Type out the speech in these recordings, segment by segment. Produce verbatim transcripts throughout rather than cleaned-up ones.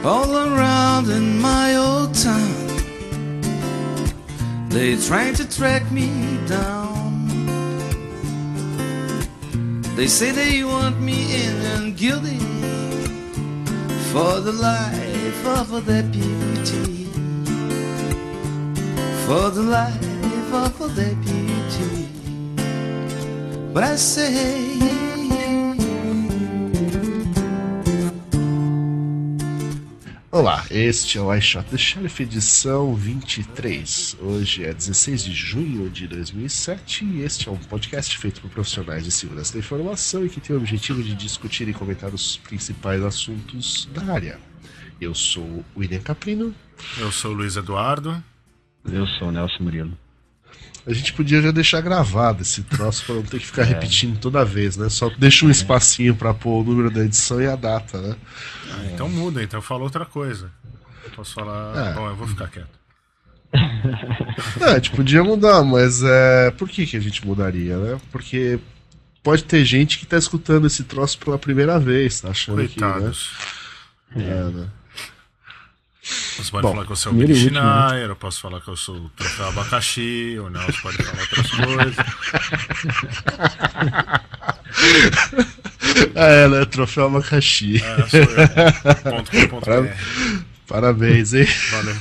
all around in my old town. They trying to track me down. They say they want me in and guilty for the life of their beauty, for the life of their beauty. But I say, olá, este é o iShot The Sheriff, edição vinte e três. Hoje é dezesseis de junho de dois mil e sete e este é um podcast feito por profissionais de segurança da informação e que tem o objetivo de discutir e comentar os principais assuntos da área. Eu sou o William Caprino. Eu sou o Luiz Eduardo. Eu sou o Nelson Murilo. A gente podia já deixar gravado esse troço para não ter que ficar é. repetindo toda vez, né? Só deixa um espacinho para pôr o número da edição e a data, né? Ah, então muda, então fala outra coisa. Eu posso falar. É. Bom, eu vou ficar quieto. É, a gente podia mudar, mas é... por que, que a gente mudaria, né? Porque pode ter gente que tá escutando esse troço pela primeira vez, tá achando Coitados. que. Né? É, né? Você pode Bom, falar que eu sou o Billy Schneier, eu posso falar que eu sou o Troféu Abacaxi, ou não, você pode falar outras coisas. Ah, é, né? Troféu Abacaxi. É, sou eu. Ponto com ponto Para... Parabéns, hein? Valeu.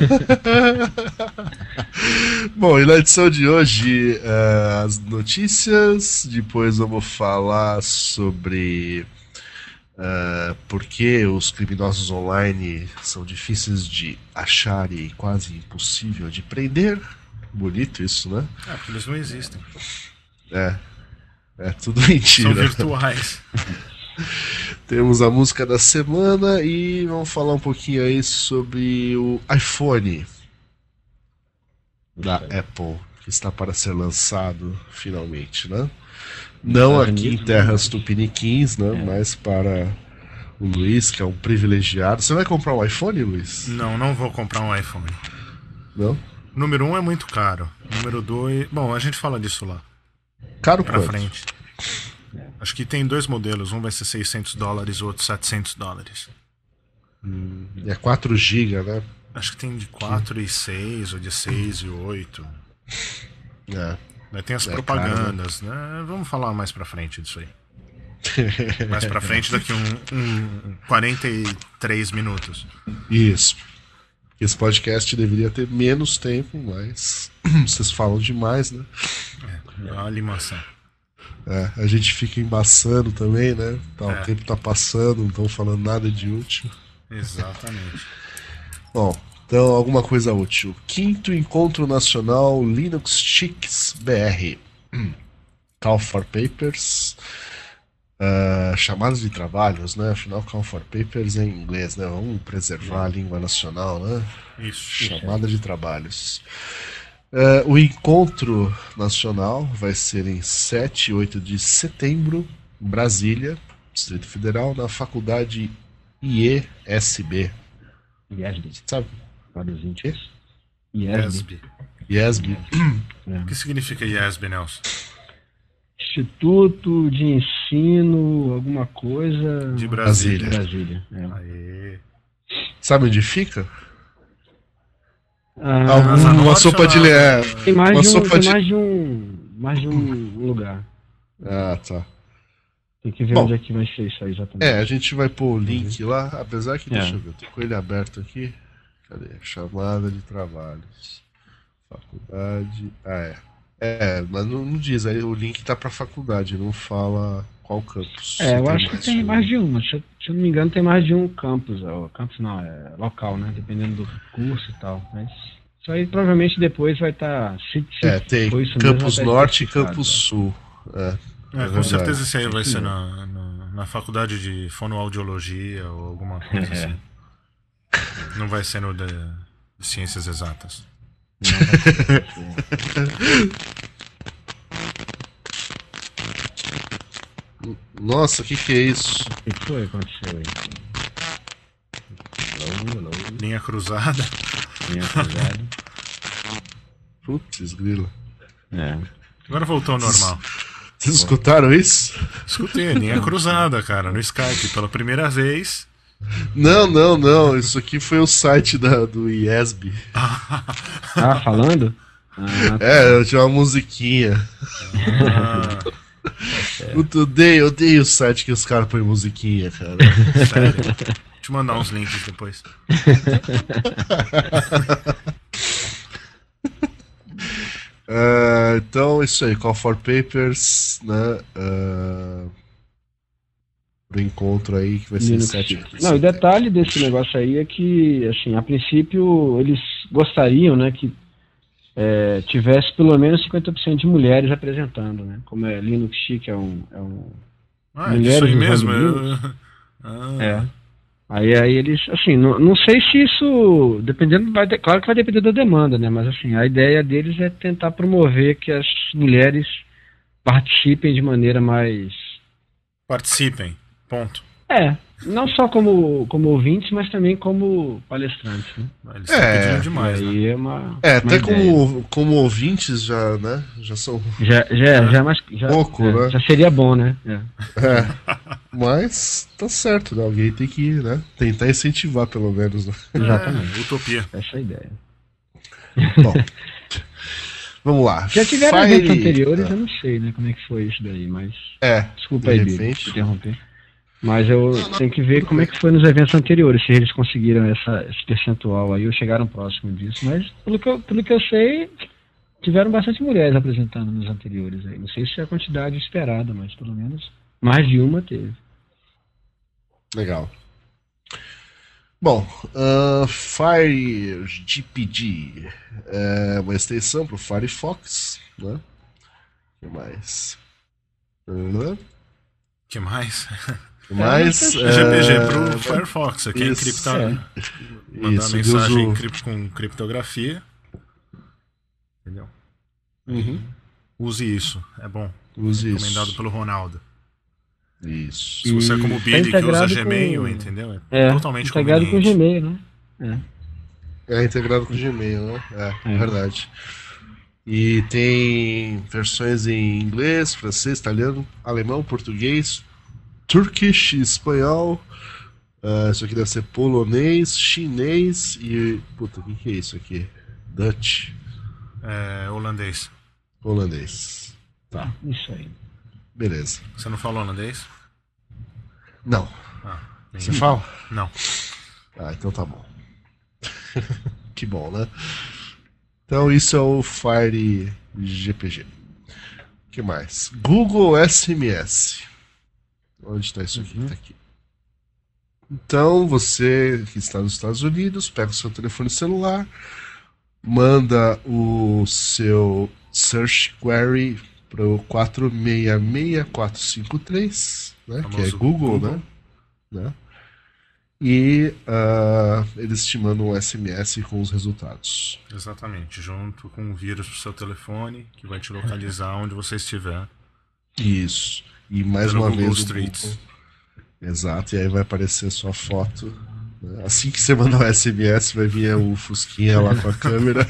Bom, e na edição de hoje, uh, as notícias, depois vamos falar sobre... Uh, porque os criminosos online são difíceis de achar e quase impossível de prender. Bonito isso, né? Ah, porque eles não existem. É, é tudo mentira. São virtuais. Temos a música da semana e vamos falar um pouquinho aí sobre o iPhone da Apple, que está para ser lançado finalmente, né? Não aqui em terras tupiniquins, né? É. Mas para o Luiz, que é um privilegiado. Você vai comprar um iPhone, Luiz? Não, não vou comprar um iPhone. Não? Número um é muito caro. Número dois... Bom, a gente fala disso lá. Caro pra quanto? frente. Acho que tem dois modelos. Um vai ser seiscentos dólares, o outro setecentos dólares. Hum, é quatro gigas, né? Acho que tem de quatro e seis, ou de seis e oito. É. Tem as é propagandas, caro, né? Vamos falar mais pra frente disso aí. Mais pra frente, daqui um, um quarenta e três minutos. Isso. Esse podcast deveria ter menos tempo, mas vocês falam demais, né? É, é uma limação. É, a gente fica embaçando também, né? Tá, é. O tempo tá passando, não estão falando nada de útil. Exatamente. Bom, então alguma coisa útil. Quinto Encontro Nacional Linux Chics B R. Call for Papers. Uh, chamadas de trabalhos, né? Afinal, Call for Papers é em inglês, né? Vamos preservar a língua nacional, né? Isso. Chamada de trabalhos. Uh, o encontro nacional vai ser em sete e oito de setembro, em Brasília, Distrito Federal, na Faculdade I E S B. I E S B. Sabe? Para os íntimos. I E S B. I E S B. É. O que significa I E S B, Nelson? Instituto de Ensino, alguma coisa... De Brasília. De Brasília. É. Aê. Sabe onde fica? Ah, Algum, uma sopa de leite. Tem mais, uma de um, sopa tem de... mais de um mais de um lugar. Ah, tá. Tem que ver Bom, onde é que vai ser isso aí exatamente. É, a gente vai pôr o link uhum. lá, apesar que, é. deixa eu ver, eu tô com ele aberto aqui. Cadê? Chamada de trabalhos. Faculdade. Ah, é. É, mas não, não diz, aí o link tá pra faculdade, não fala qual campus. É, eu acho que tem um. mais de um, se eu, se eu não me engano tem mais de um campus, ó, campus não, é local, né, dependendo do curso e tal, mas isso aí provavelmente depois vai estar... Tá, é, tem campus norte e campus sul. É, é, com certeza esse aí vai ser na, na, na faculdade de fonoaudiologia ou alguma coisa é. assim. Não vai ser no de, de ciências exatas. Nossa, o que, que é isso? O que foi que aconteceu aí? Linha cruzada. Linha cruzada. Putz, grila. É. Agora voltou ao normal. Vocês escutaram isso? Escutei, linha cruzada, cara, no Skype. Pela primeira vez, Não, não, não. Isso aqui foi o site da, do I E S B. Ah, falando? Ah, É, tinha uma musiquinha. Ah, Eu odeio, odeio o site que os caras põem musiquinha, cara. sério. Deixa eu mandar uns links depois. Uh, então, isso aí, Call for Papers, né? Uh, pro encontro aí que vai ser Linux sete. Não, o detalhe desse negócio aí é que, assim, a princípio eles gostariam, né, que é, tivesse pelo menos cinquenta por cento de mulheres apresentando, né? Como é Linux Chic, é um. É um Ah, é isso aí mesmo. Eu... Ah. É. Aí, aí eles, assim, não, não sei se isso, dependendo, vai de, claro que vai depender da demanda, né? Mas assim, a ideia deles é tentar promover que as mulheres participem de maneira mais... Participem, ponto. É, não só como, como ouvintes, mas também como palestrantes, né? Eles É, estão pedindo demais, e né? aí é uma... É, uma até ideia. como, como ouvintes já, né? Já são. Já, já, já é mais... Já, Pouco, é, né? já seria bom, né? É. É. Mas tá certo, né? Alguém tem que, né? Tentar incentivar, pelo menos, né? Exatamente. É, utopia. Essa é a ideia. Bom. Vamos lá. Já tiveram Fire... eventos anteriores, eu não sei, né, como é que foi isso daí, mas... É. Desculpa de aí, repente. Bibi, te interromper. Mas eu tenho que ver como é que foi nos eventos anteriores, se eles conseguiram essa, esse percentual aí, ou chegaram próximo disso. Mas, pelo que, eu, pelo que eu sei, tiveram bastante mulheres apresentando nos anteriores aí. Não sei se é a quantidade esperada, mas pelo menos mais de uma teve. Legal. Bom, uh, FireGPG é uma extensão para o Firefox, né? O que mais? Uh, que mais? que mais? É, G P G é, pro Firefox. Aqui é isso, encriptar. é. Mandar Isso, mensagem uso... cripto, com criptografia. Entendeu? Uhum. Use isso, é bom. Use Recomendado isso. pelo Ronaldo. Isso. Se você é como o Billy, tá que usa integrado Gmail, com- entendeu? É, totalmente integrado com o conveniente. Gmail, né? É. É integrado com o Gmail, né? É, É. verdade. E tem versões em inglês, francês, italiano, alemão, português, turkish, espanhol. Uh, isso aqui deve ser polonês, chinês e. Puta, o que, que é isso aqui? Dutch, É, holandês. holandês. Tá, Isso aí. beleza. Você não falou holandês? Não. Ah, Você fala? não. Ah, então tá bom. Que bom, né? Então isso é o Fire G P G. O que mais? Google S M S. Onde está isso aqui? Uhum. Tá aqui. Então você que está nos Estados Unidos, pega o seu telefone celular, manda o seu search query para o quatro seis seis quatro cinco três, né, que é Famoso Google, Google. né? né? E ah, eles te mandam um S M S com os resultados. Exatamente, junto com um vírus pro seu telefone, que vai te localizar onde você estiver. Isso. E mais Pelo uma Google vez o Streets. Google. Exato, e aí vai aparecer sua foto. Né? Assim que você mandar o S M S, vai vir o Fusquinha lá com a câmera.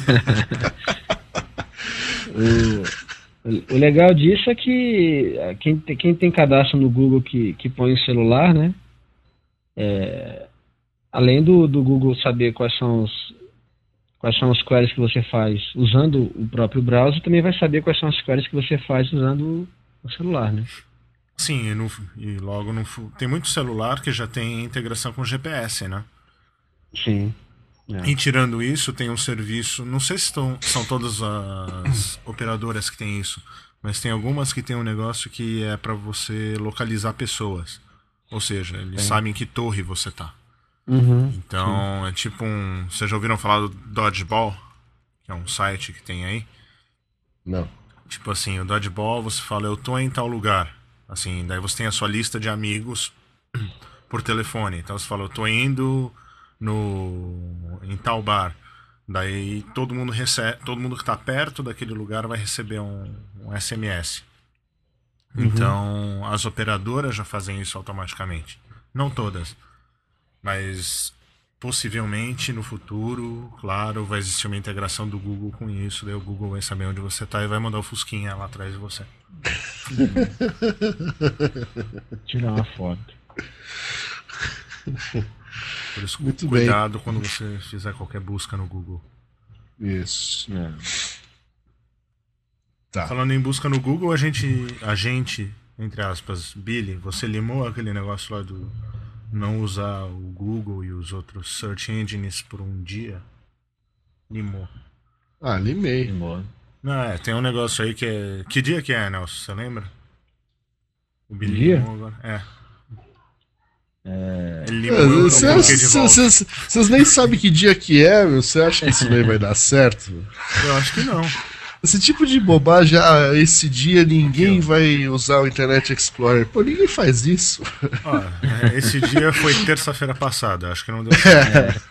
O, o legal disso é que eh, quem, tem- quem tem cadastro no Google que, que põe o celular, né? é, além do, do Google saber quais são os quais são os queries que você faz usando o próprio browser, também vai saber quais são as queries que você faz usando o celular, né? Sim, e, no, e logo no, fu- tem muito celular que já tem integração com G P S, né? Sim. É. E tirando isso, tem um serviço, não sei se estão, são todas as operadoras que tem isso, mas tem algumas que tem um negócio que é para você localizar pessoas. Ou seja, eles Sim. sabem que torre você tá. Uhum. Então, é tipo um... Vocês já ouviram falar do Dodgeball? Que é um site que tem aí. Não. Tipo assim, o Dodgeball, você fala, eu tô em tal lugar. Assim, daí você tem a sua lista de amigos por telefone. Então você fala, eu tô indo no em tal bar. Daí todo mundo recebe, todo mundo que tá perto daquele lugar vai receber um, um S M S. Então, as operadoras já fazem isso automaticamente. Não todas, mas possivelmente no futuro, claro, vai existir uma integração do Google com isso. Daí o Google vai saber onde você tá e vai mandar o Fusquinha lá atrás de você. Tirar uma foto. Por isso, Muito cuidado bem. quando você fizer qualquer busca no Google. Isso. É. Tá. Falando em busca no Google, a gente, a gente, entre aspas, Billy, você limou aquele negócio lá do não usar o Google e os outros search engines por um dia? Limou. Ah, limei. Embora. Não, é, tem um negócio aí que é... Que dia que é, Nelson? Você lembra? O Billy Dia? limou agora. É. É, Ele limou, eu não coloquei de volta. Vocês nem sabem que dia que é, meu. Você acha que isso daí vai dar certo? Eu acho que não. Esse tipo de bobagem, ah, esse dia ninguém Aqui, ó. vai usar o Internet Explorer. Pô, ninguém faz isso. Ó, é, esse dia foi terça-feira passada. Acho que não deu certo.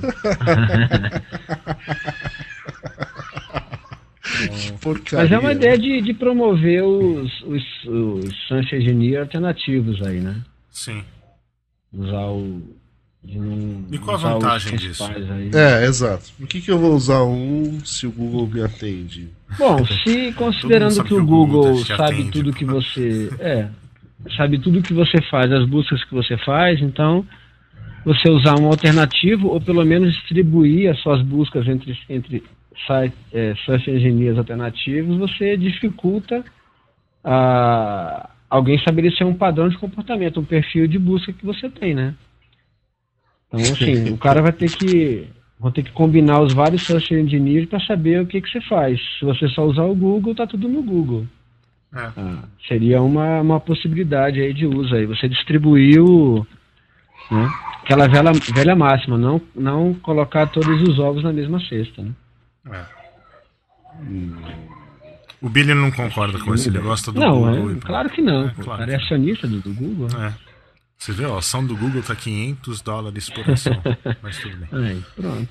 Que porcaria. Mas é uma ideia de, de promover os, os, os search engineer alternativos aí, né? Sim. Usar o. De não E qual a usar os vantagem principais aí. É, exato. Por que, que eu vou usar um se o Google me atende? Bom, se considerando sabe que o que o Google Google te sabe atende, tudo pô. que você. É. Sabe tudo que você faz, as buscas que você faz, então você usar um alternativo, ou pelo menos distribuir as suas buscas entre, entre site, é, search engineers alternativos, você dificulta a, alguém estabelecer um padrão de comportamento, um perfil de busca que você tem, né? Então, assim, o cara vai ter que vão ter que combinar os vários search engineers para saber o que, que você faz. Se você só usar o Google, tá tudo no Google. É. Ah, seria uma, uma possibilidade aí de uso aí. Você distribuir o, né, aquela velha, velha máxima, não, não colocar todos os ovos na mesma cesta, né? É. O Billy não concorda com isso, ele gosta do Não, Google. é, e- claro que não. É, pô. claro O cara que é não. acionista do, do Google. É. Você vê, ó, a ação do Google tá quinhentos dólares por ação. Mas tudo bem. Aí, pronto.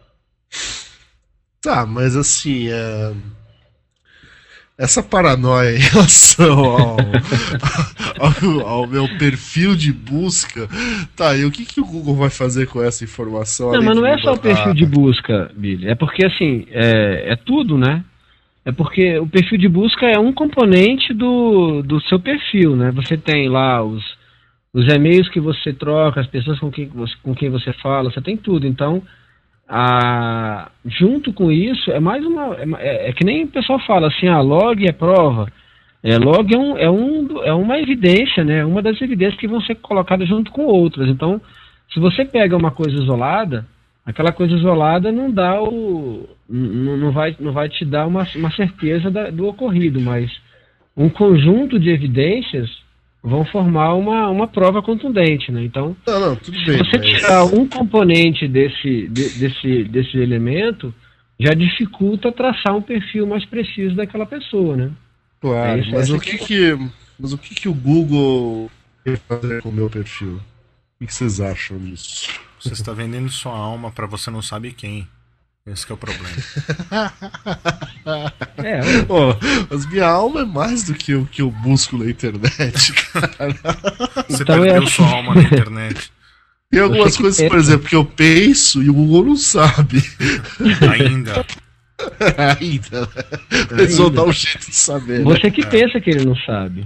Tá, mas assim, é... essa paranoia em relação ao, ao, ao meu perfil de busca, tá, e o que, que o Google vai fazer com essa informação? Não, além mas de não é me só o mandar- perfil de busca, Billy. É porque, assim, é, é tudo, né? É porque o perfil de busca é um componente do, do seu perfil, né? Você tem lá os, os e-mails que você troca, as pessoas com quem você, com quem você fala, você tem tudo. Então, a, junto com isso, é mais uma... É, é que nem o pessoal fala assim, ah, log é prova. É, log é, um, é, um, é uma evidência, né? Uma das evidências que vão ser colocadas junto com outras. Então, se você pega uma coisa isolada, aquela coisa isolada não dá o... Não, não, vai, não vai te dar uma, uma certeza da, do ocorrido, mas um conjunto de evidências vão formar uma, uma prova contundente, né? Então, Não, não, tudo se bem, você mas... tirar um componente desse, de- desse, desse elemento, já dificulta traçar um perfil mais preciso daquela pessoa, né? Claro, É isso, mas essa o que que que, mas o que que o Google quer fazer com o meu perfil? O que vocês acham disso? Você está vendendo sua alma pra você não sabe quem. Esse que é o problema. É, Pô, mas minha alma é mais do que o que eu busco na internet, cara. Você Então, eu perdeu acho sua que- alma na internet. Tem algumas que coisas, por pensa. exemplo, que eu penso e o Google não sabe. Ainda. Ainda. Eles vão dar um jeito de saber. Né? você que pensa que ele não sabe.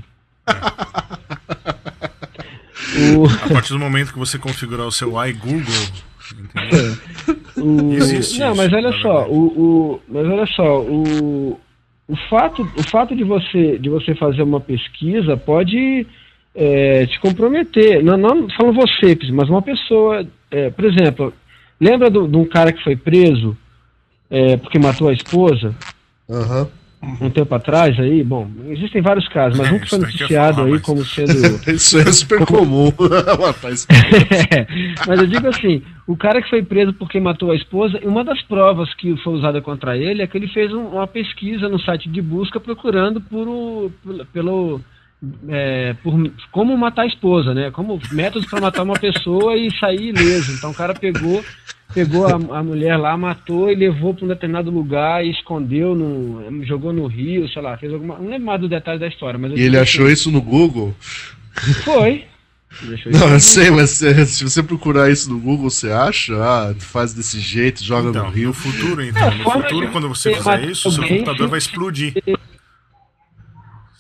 O, A partir do momento que você configurar o seu iGoogle, entendeu? o, Existe não, isso, mas olha na só, verdade. o, o, mas olha só, o, o fato, o fato de você, de você fazer uma pesquisa pode é, te comprometer. Não, não falando você, mas uma pessoa, é, por exemplo, lembra do- de um cara que foi preso é, porque matou a esposa? Aham. Um tempo atrás aí, bom, existem vários casos, mas É, um que foi isso daí que eu ia noticiado falar, aí mas- como sendo... Isso é super comum. Rapaz. Mas eu digo assim, o cara que foi preso porque matou a esposa, uma das provas que foi usada contra ele é que ele fez um- uma pesquisa no site de busca procurando por o, pelo, pelo, é, por como matar a esposa, né? Como métodos para matar uma pessoa e sair ileso. Então o cara pegou pegou a, a mulher lá, matou e levou para um determinado lugar e escondeu, no, jogou no rio, sei lá, fez alguma... Não lembro mais do detalhe da história, mas eu E ele digo achou assim, isso no Google? Foi. Deixou Não, eu isso- sei, mas se, se você procurar isso no Google, você acha? Ah, tu faz desse jeito, joga Então, no rio. no futuro, então, no forma futuro, de quando você você fizer matar isso, seu alguém computador sem- vai explodir.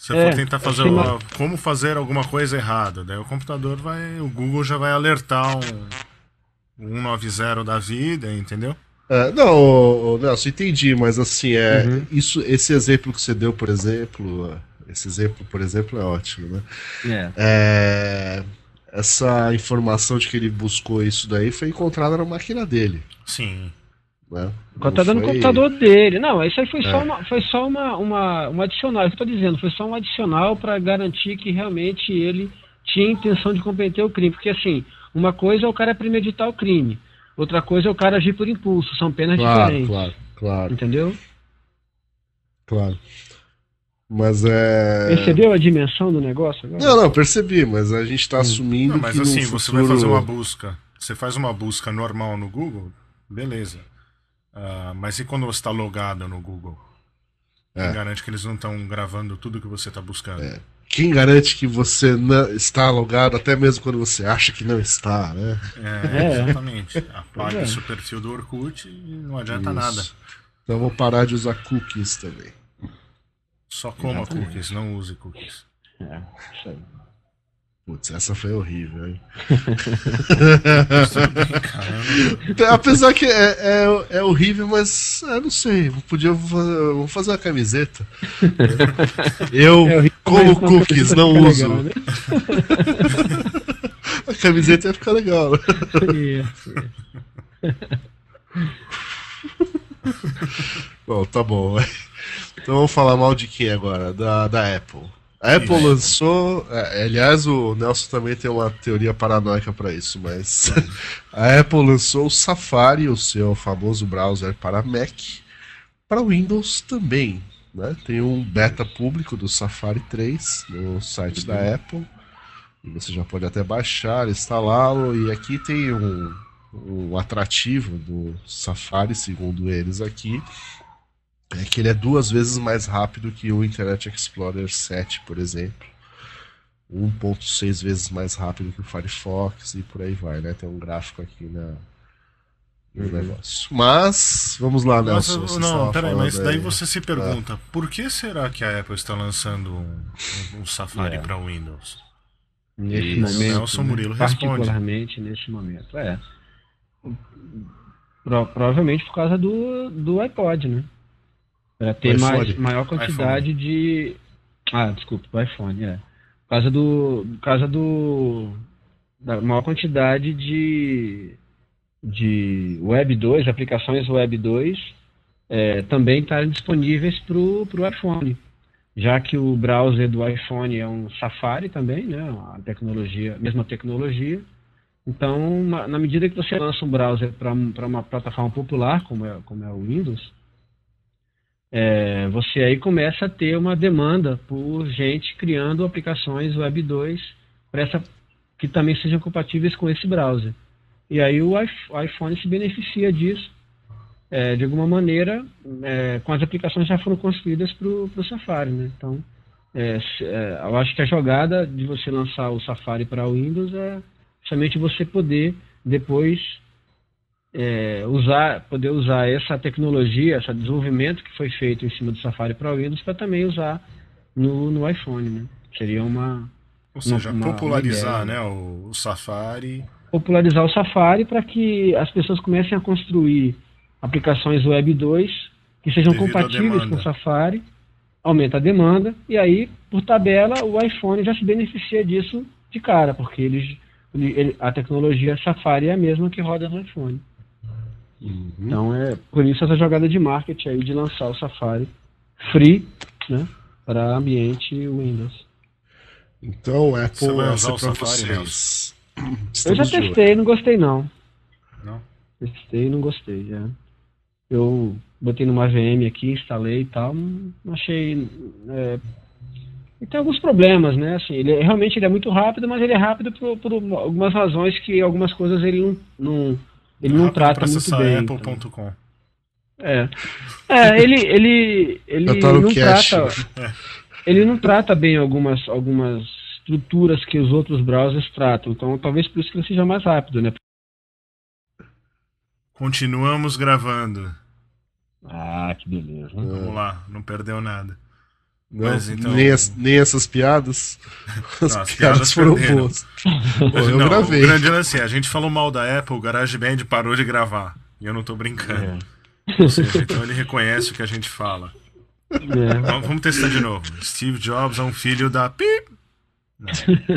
Se É, for tentar fazer assim, uma- como fazer alguma coisa errada, daí o computador vai, o Google já vai alertar um um nove zero da vida, entendeu? É, não, ô, ô, Nelson, entendi, mas assim, é, Uhum. isso, esse exemplo que você deu, por exemplo, esse exemplo, por exemplo, é ótimo, né? É. É, essa informação de que ele buscou isso daí foi encontrada na máquina dele, Sim. né? Não Enquanto tá dando no foi... computador dele. Não, isso aí foi É. só uma, foi só uma, uma, um adicional. É o que eu tô dizendo, foi só um adicional para garantir que realmente ele tinha intenção de cometer o crime. Porque assim, uma coisa é o cara premeditar o crime, outra coisa é o cara agir por impulso. São penas Claro, diferentes. claro, claro, Entendeu? claro. Mas é... Percebeu a dimensão do negócio agora? Não, não, percebi, mas a gente tá assumindo Não, mas que assim, no você futuro... vai fazer uma busca. Você faz uma busca normal no Google, beleza. Ah, mas e quando você está logado no Google? Quem É. garante que eles não estão gravando tudo que você está buscando? Quem garante que você não está logado até mesmo quando você acha que não está, né? É, É. exatamente. Apague Pois é. o seu perfil do Orkut e não adianta Isso. nada. Então eu vou parar de usar cookies também. Só coma Exatamente. cookies, não use cookies. É, isso aí. Putz, essa foi horrível, hein? Caramba. Apesar que é, é, é horrível, mas eu não sei. Podia vou fazer uma camiseta. Eu É horrível, como mas uma cookies, camiseta não fica uso. legal, né? A camiseta ia ficar legal. Né? Isso, isso. Bom, tá bom. Vai. Então vamos falar mal de quem agora? Da, da Apple. A Apple Isso. lançou. é, Aliás, o Nelson também tem uma teoria paranoica para isso, mas a Apple lançou o Safari, o seu famoso browser para Mac, para Windows também. Né? Tem um beta público do Safari três no site da Apple. E você já pode até baixar, instalá-lo. E aqui tem um, um atrativo do Safari, segundo eles aqui. É que ele é duas vezes mais rápido que o Internet Explorer sete, por exemplo. um ponto seis vezes mais rápido que o Firefox e por aí vai, né? Tem um gráfico aqui na, no Uhum. negócio. Mas, vamos lá, Mas, Nelson. você não, estava peraí, falando mas daí aí. você se pergunta, por que será que a Apple está lançando um, um- um Safari É. para Windows? Nesse Isso. momento, Nelson né? Murilo responde. Particularmente nesse momento, é. Pro- provavelmente por causa do, do iPod, né? Para ter Do mais, iPhone. maior quantidade de... Ah, desculpa, do iPhone, é. Por causa do... Por causa do... Da maior quantidade de... De Web dois, aplicações Web dois, é, também estarem disponíveis para o iPhone. Já que o browser do iPhone é um Safari também, né? A tecnologia, mesma tecnologia. Então, na, na medida que você lança um browser para uma plataforma popular, como é, como é o Windows, é, você aí começa a ter uma demanda por gente criando aplicações Web dois para essa, que também sejam compatíveis com esse browser. E aí o iPhone se beneficia disso, é, de alguma maneira, é, com as aplicações que já foram construídas para o Safari, né? Então, é, é, eu acho que a jogada de você lançar o Safari para o Windows é somente você poder depois é, usar, poder usar essa tecnologia, esse desenvolvimento que foi feito em cima do Safari para o Windows para também usar no, no iPhone, né? Seria uma Ou seja, uma- uma popularizar, ideia. né, o, o Safari. popularizar o Safari para que as pessoas comecem a construir aplicações Web dois que sejam Devido à compatíveis com demanda. o Safari, aumenta a demanda, e aí, por tabela, o iPhone já se beneficia disso de cara, porque ele, ele- ele- a tecnologia Safari é a mesma que roda no iPhone. Uhum. Então, é por isso essa jogada de marketing aí de lançar o Safari free, né, para ambiente Windows. Então, Apple, Você vai essa usar é o pra Safari, vocês. Eu Estamos já de olho. testei, não gostei não. Não? Testei e não gostei, já. Eu botei numa V M aqui, instalei e tal, não não achei... É... E tem alguns problemas, né? Assim, ele é- realmente ele é muito rápido, mas ele é rápido por, por algumas razões que algumas coisas ele não, não, ele não Rápido trata pra muito acessar bem. apple então. ponto com. É, é ele, ele, ele Já tá no não cache. trata... Ele não trata bem algumas, algumas estruturas que os outros browsers tratam, então talvez por isso que ele seja mais rápido, né? Continuamos gravando. Ah, que beleza. Vamos lá, não perdeu nada. Não, Mas, então- nem, as- nem essas piadas. As, Não, as piadas, piadas foram perderam. boas. Pô, eu Não, gravei. o grande lance é, a gente falou mal da Apple, o GarageBand parou de gravar. E eu não tô brincando. É. Ou seja, então ele reconhece o que a gente fala. É. Vamos, vamos testar de novo. Steve Jobs é um filho da pip. Não.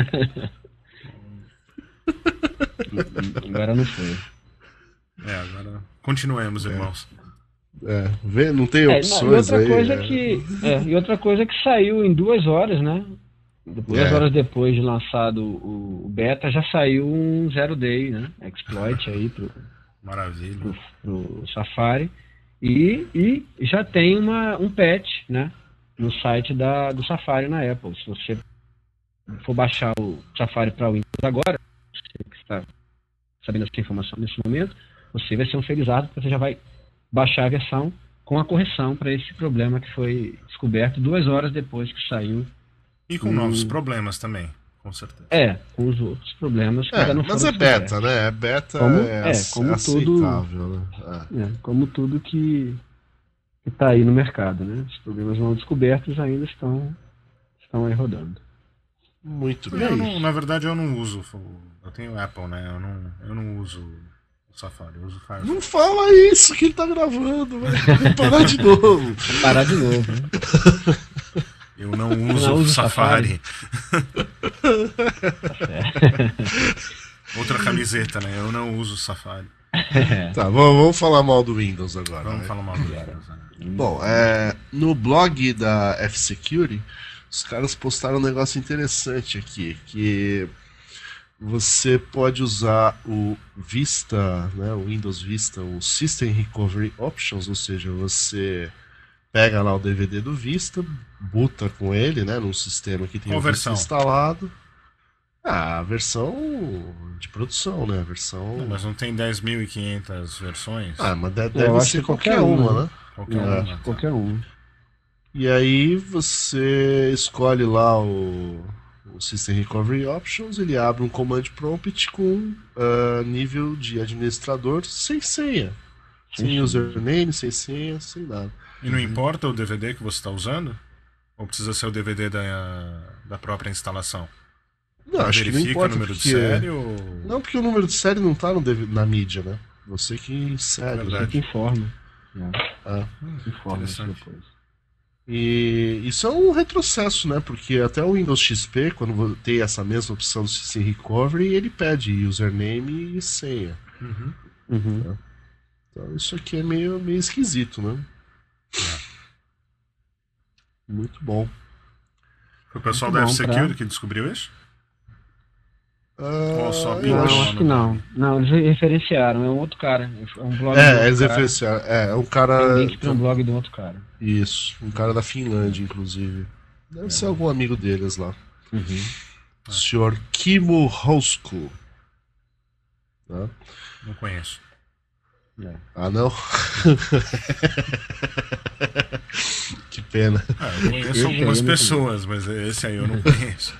Agora não foi. É, agora continuemos, irmãos. É, vê, não tem É, opções não, e outra aí. coisa é. que é, e outra coisa que saiu em duas horas, né? Duas É. horas depois de lançado o, o beta, já saiu um zero day, né? Exploit aí pro, Maravilha. pro, pro Safari e, e já tem uma, um patch, né? No site da, do Safari na Apple. Se você for baixar o Safari para Windows agora, você que está sabendo essa informação nesse momento, você vai ser um felizardo, porque você já vai baixar a versão com a correção para esse problema que foi descoberto duas horas depois que saiu. E com Hum. novos problemas também, com certeza. É, com os outros problemas que É, ainda não mas foram é beta, descobertos. né? É beta, Como- é, é, ace- como tudo- aceitável, né? É. É, como tudo que está aí no mercado, né? Os problemas não descobertos ainda estão, estão aí rodando. Muito Eu bem. não- na verdade, eu não uso. Eu tenho Apple, né? Eu não, eu não uso o Safari, eu uso o Firefox. Não fala isso que ele tá gravando, vai vai parar de novo. Vamos parar de novo, né? Eu não uso não o usa o Safari. Tá certo. Outra camiseta, né? Eu não uso o Safari. Tá, vamos, vamos falar mal do Windows agora. Vamos né? falar mal do Windows, né? Bom, é, no blog da F-Security, os caras postaram um negócio interessante aqui, que você pode usar o Vista, né, o Windows Vista, o System Recovery Options, ou seja, você pega lá o D V D do Vista, boota com ele, né, num sistema que tem Qual o Vista versão? instalado. Ah, a versão de produção, né, a versão... Não, mas não tem dez mil e quinhentas versões? Ah, mas de- Eu deve acho ser que qualquer, qualquer uma, uma, né? Qualquer É, uma, acho que tá. qualquer um. E aí você escolhe lá o, o System Recovery Options, ele abre um command prompt com ah, nível de administrador sem senha. Sem Sem username, sem senha, sem nada. E não importa o D V D que você está usando? Ou precisa ser o D V D da, da própria instalação? Não, acho que não Verifica importa o número porque... de série ou... Não, porque o número de série não tá no D V na mídia, né? Você que insere. Verdade. né? Que informa. Né? Ah. Informa isso interessante. depois. E isso é um retrocesso, né? Porque até o Windows X P, quando vo- tem essa mesma opção do System Recovery, ele pede username e senha. Uhum. Uhum. Então isso aqui é meio, meio esquisito, né? É. Muito bom. Foi o pessoal Muito da bom F-Security pra- que descobriu isso? Ah, Ou só eu Não, Não, acho- acho que não. Não, eles referenciaram. É um outro cara. É um blog de É, outro eles cara. referenciaram. É, é um Tem cara. link para um blog de um outro cara. Isso, um cara da Finlândia, inclusive. Deve ser algum amigo deles lá. Uhum. O senhor Kimmo Housko. Tá? Não conheço. É. Ah, não? Que pena. Ah, eu conheço Esse aí algumas eu não pessoas, mas esse aí eu não conheço.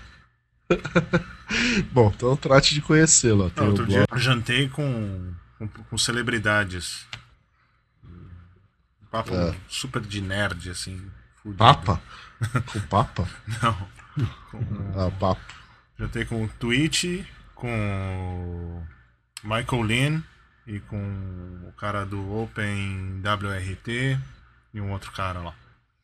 Bom, então trate de conhecê-lo. ó. Tem Não, o outro blog- dia eu jantei com, com, com celebridades. Um papo É. super de nerd, assim. fudido. Papa? Com Papa? Não. Com- Ah, Papa. Jantei com o Twitch, com o Michael Lin e com o cara do Open W R T e um outro cara lá.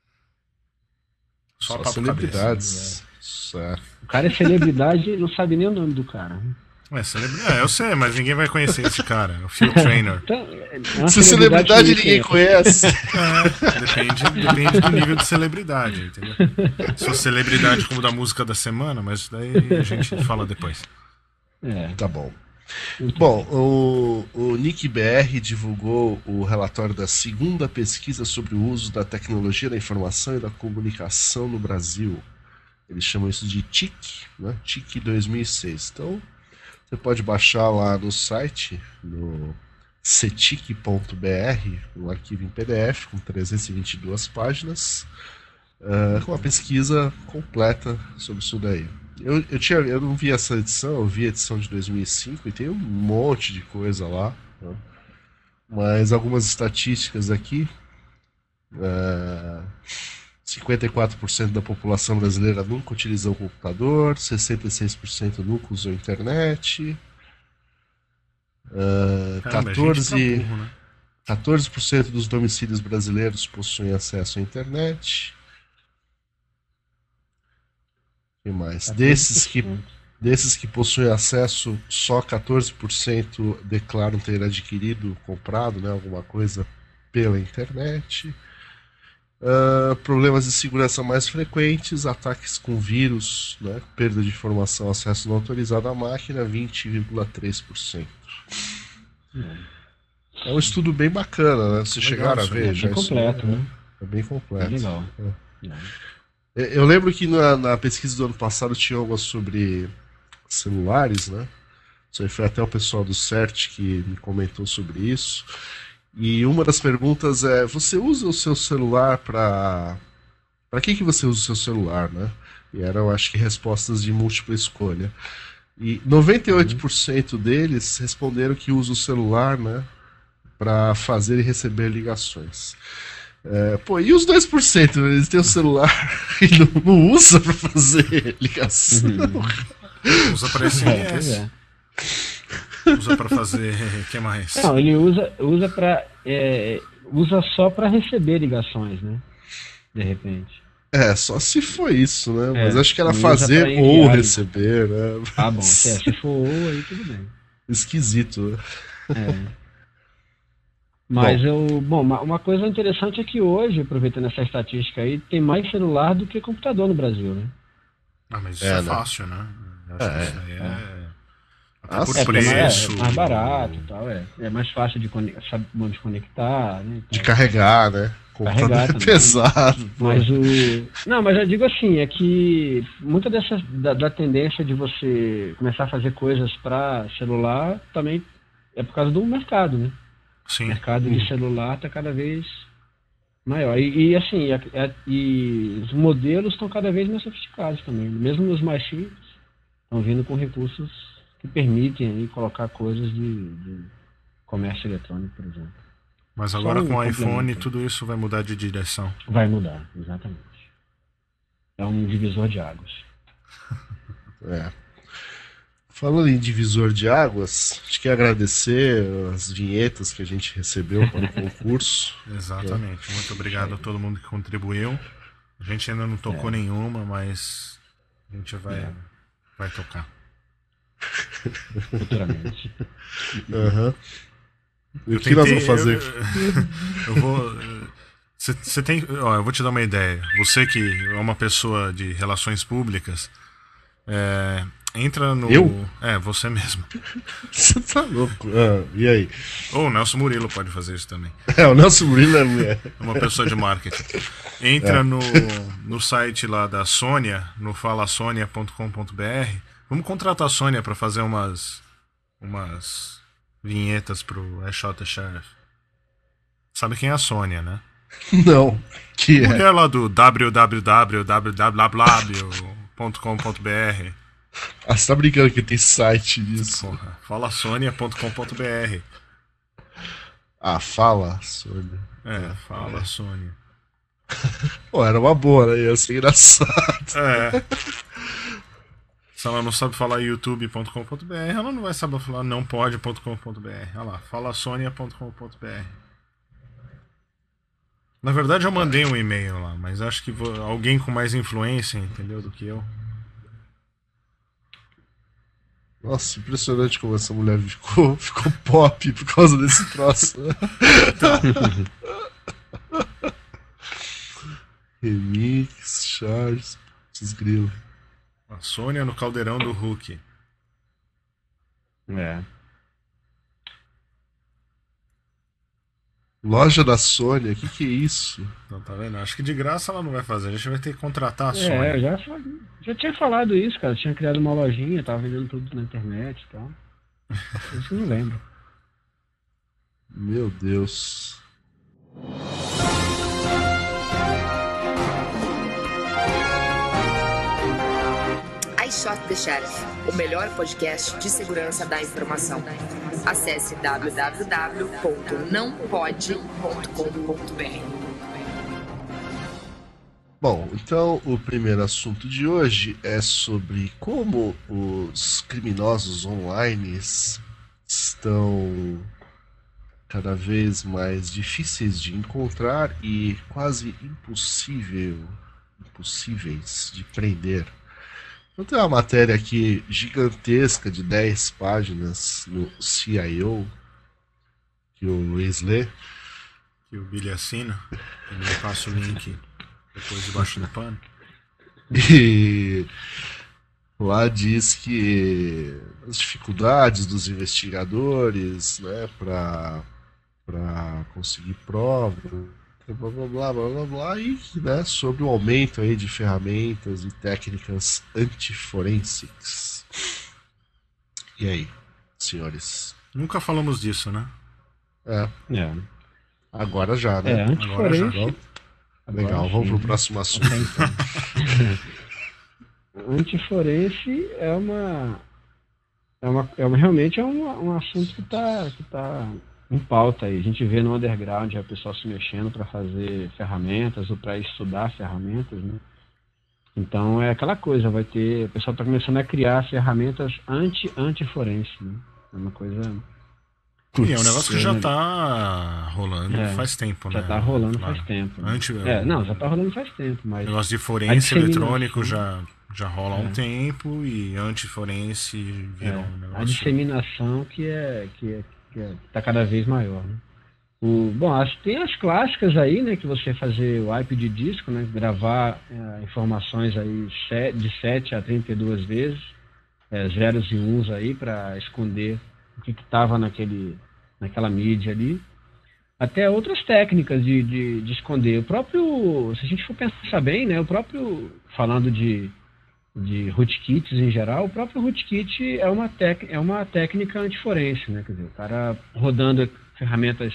Só, Só papo celebridades. Certo. O cara é celebridade e não sabe nem o nome do cara. É, celebra... é, eu sei, mas ninguém vai conhecer esse cara, o Phil Trainer. Então, é uma Se celebridade que ninguém conhece. É, depende, depende do nível de celebridade, entendeu? Se for celebridade como da música da semana, mas isso daí a gente fala depois. É. Tá bom. Bom, o, o Nick B R divulgou o relatório da segunda pesquisa sobre o uso da tecnologia da informação e da comunicação no Brasil. Eles chamam isso de T I C, né? T I C dois mil e seis. Então, você pode baixar lá no site, no cetic ponto b r, um arquivo em P D F com trezentas e vinte e duas páginas, uh, com uma pesquisa completa sobre isso daí. Eu, eu, tinha, eu não vi essa edição, eu vi a edição de dois mil e cinco e tem um monte de coisa lá, né? Mas algumas estatísticas aqui. Uh, cinquenta e quatro por cento da população brasileira nunca utilizou o computador, sessenta e seis por cento nunca usou a internet, uh, Caramba, quatorze, é gente pra burro, né? quatorze por cento dos domicílios brasileiros possuem acesso à internet. O que mais? Desses que, desses que possuem acesso, só quatorze por cento declaram ter adquirido, comprado, né, alguma coisa pela internet. Uh, problemas de segurança mais frequentes, ataques com vírus, né, perda de informação, acesso não autorizado à máquina, vinte vírgula três por cento. É um estudo bem bacana, né? Vocês chegaram a ver? É já bem completo, isso, né? É bem completo. É legal. É. Eu lembro que na, na pesquisa do ano passado tinha algo sobre celulares, né? Isso aí foi até o pessoal do CERT que me comentou sobre isso. E uma das perguntas é: você usa o seu celular para... Para que que você usa o seu celular, né? E eram, acho que, respostas de múltipla escolha. E noventa e oito por cento deles responderam que usa o celular, né, para fazer e receber ligações. É, pô, e os dois por cento? Eles têm o celular e não, não usa para fazer ligação. Uhum. Usa para S M S. É, Usa para fazer. O que mais? Não, ele usa, usa para é, usa só para receber ligações, né? De repente. É, só se for isso, né? Mas É, acho que era não fazer usa pra ou enviar, receber, né? Ah, bom, se, é, se for ou, aí tudo bem. Esquisito, né? É. Mas bom. eu. Bom, uma, uma coisa interessante é que hoje, aproveitando essa estatística aí, tem mais celular do que computador no Brasil, né? Ah, mas isso É, é, né? fácil, né? Eu acho É, que isso aí é. é. Até Ah, por sim. É, porque é mais- preço. é mais barato e tal, é. É mais fácil de conectar, sabe como desconectar, né? De Então, carregar, né? Computador Carregar é também. pesado. pô. Mas o. Não, mas eu digo assim, é que muita dessa da, da tendência de você começar a fazer coisas para celular também é por causa do mercado, né? O Sim. mercado de celular está cada vez maior. E, e, assim, é- é- e os modelos estão cada vez mais sofisticados também. Mesmo os mais simples estão vindo com recursos que permitem aí colocar coisas de, de comércio eletrônico, por exemplo. Mas Só agora um com o iPhone complemento. tudo isso vai mudar de direção. Vai mudar, exatamente. É um divisor de águas. É. Falando em divisor de águas, a gente quer agradecer as vinhetas que a gente recebeu para o concurso. Exatamente. Muito obrigado a todo mundo que contribuiu. A gente ainda não tocou É. nenhuma, mas a gente vai, É. vai tocar. Futuramente. Aham. E Eu o que nós tentei- vamos fazer? Eu, eu vou. Você tem. Ó, eu vou te dar uma ideia. Você que é uma pessoa de relações públicas, é, entra no. Eu? É, você mesmo. Você tá louco? Ah, e aí? Ou o Nelson Murilo pode fazer isso também. É, o Nelson Murilo é mulher. É uma pessoa de marketing. Entra no, no site lá da Sônia, no fala sonia ponto com ponto b r. Vamos contratar a Sônia para fazer umas umas vinhetas pro É Shot the Sheriff. Sabe quem é a Sônia, né? Não. Que é? Mulher lá do w w w ponto com ponto b r. Ah, você tá brincando que tem site disso? Porra, fala sonia ponto com ponto b r. Ah, fala, Sônia. É, fala Sônia. Pô, era uma boa, né? Ia ser engraçado. É. Se ela não sabe falar youtube ponto com ponto b r, ela não vai saber falar não pode ponto com ponto b r. Olha lá, fala sonia ponto com ponto b r. Na verdade eu mandei um e-mail lá, mas acho que vou- alguém com mais influência, entendeu, do que eu. Nossa, impressionante como essa mulher ficou, ficou pop por causa desse troço. né? Remix, Charles, esses grilos. A Sônia no caldeirão do Hulk. É. Loja da Sônia, o que, que é isso? Então tá vendo? Acho que de graça ela não vai fazer. A gente vai ter que contratar a É, Sônia. eu já, fa- já tinha falado isso, cara. Eu tinha criado uma lojinha, tava vendendo tudo na internet e tal. Isso eu não lembro. Meu Deus. I Shot the Sheriff, o melhor podcast de segurança da informação. Acesse w w w ponto não pode ponto com ponto b r. Bom, então o primeiro assunto de hoje é sobre como os criminosos online estão cada vez mais difíceis de encontrar e quase impossível, impossíveis de prender. Então tem uma matéria aqui gigantesca de dez páginas no C I O que o Luiz lê. Que o Billy assina. Ele me passa o link depois debaixo do pano. E lá diz que as dificuldades dos investigadores, né, para para conseguir provas, blá blá blá blá blá blá, e né, sobre o aumento aí de ferramentas e técnicas antiforensics. E aí, senhores? Nunca falamos disso, né? É, É, agora já, é né? Agora já. antiforense. Legal, Agora vamos sim, pro né? próximo assunto. Então. Antiforense é uma, é uma, é uma realmente é um, um assunto que está que tá em pauta aí. A gente vê no underground é o pessoal se mexendo para fazer ferramentas ou para estudar ferramentas, né? Então é aquela coisa, vai ter, o pessoal está começando a criar ferramentas anti antiforense, né? É uma coisa E é um negócio que já né? tá rolando É, faz tempo, já né? está rolando Claro. faz tempo. Né? Antes, É, não, já está rolando faz tempo, mas O negócio de a forense disseminação- eletrônico já, já rola há um É. tempo e antiforense virou É, um a negócio. disseminação que é que é, que é, tá cada vez maior, né? O, bom, as, tem as clássicas aí, né, que você fazer o wipe de disco, né, gravar é, informações aí se- de sete a trinta e duas vezes, é, zeros e uns aí para esconder o que estava naquele naquela mídia ali. Até outras técnicas de, de, de esconder. O próprio, se a gente for pensar bem, né, o próprio, falando de de rootkits em geral, o próprio rootkit é uma, tec, é uma técnica antiforense, né? Quer dizer, o cara rodando ferramentas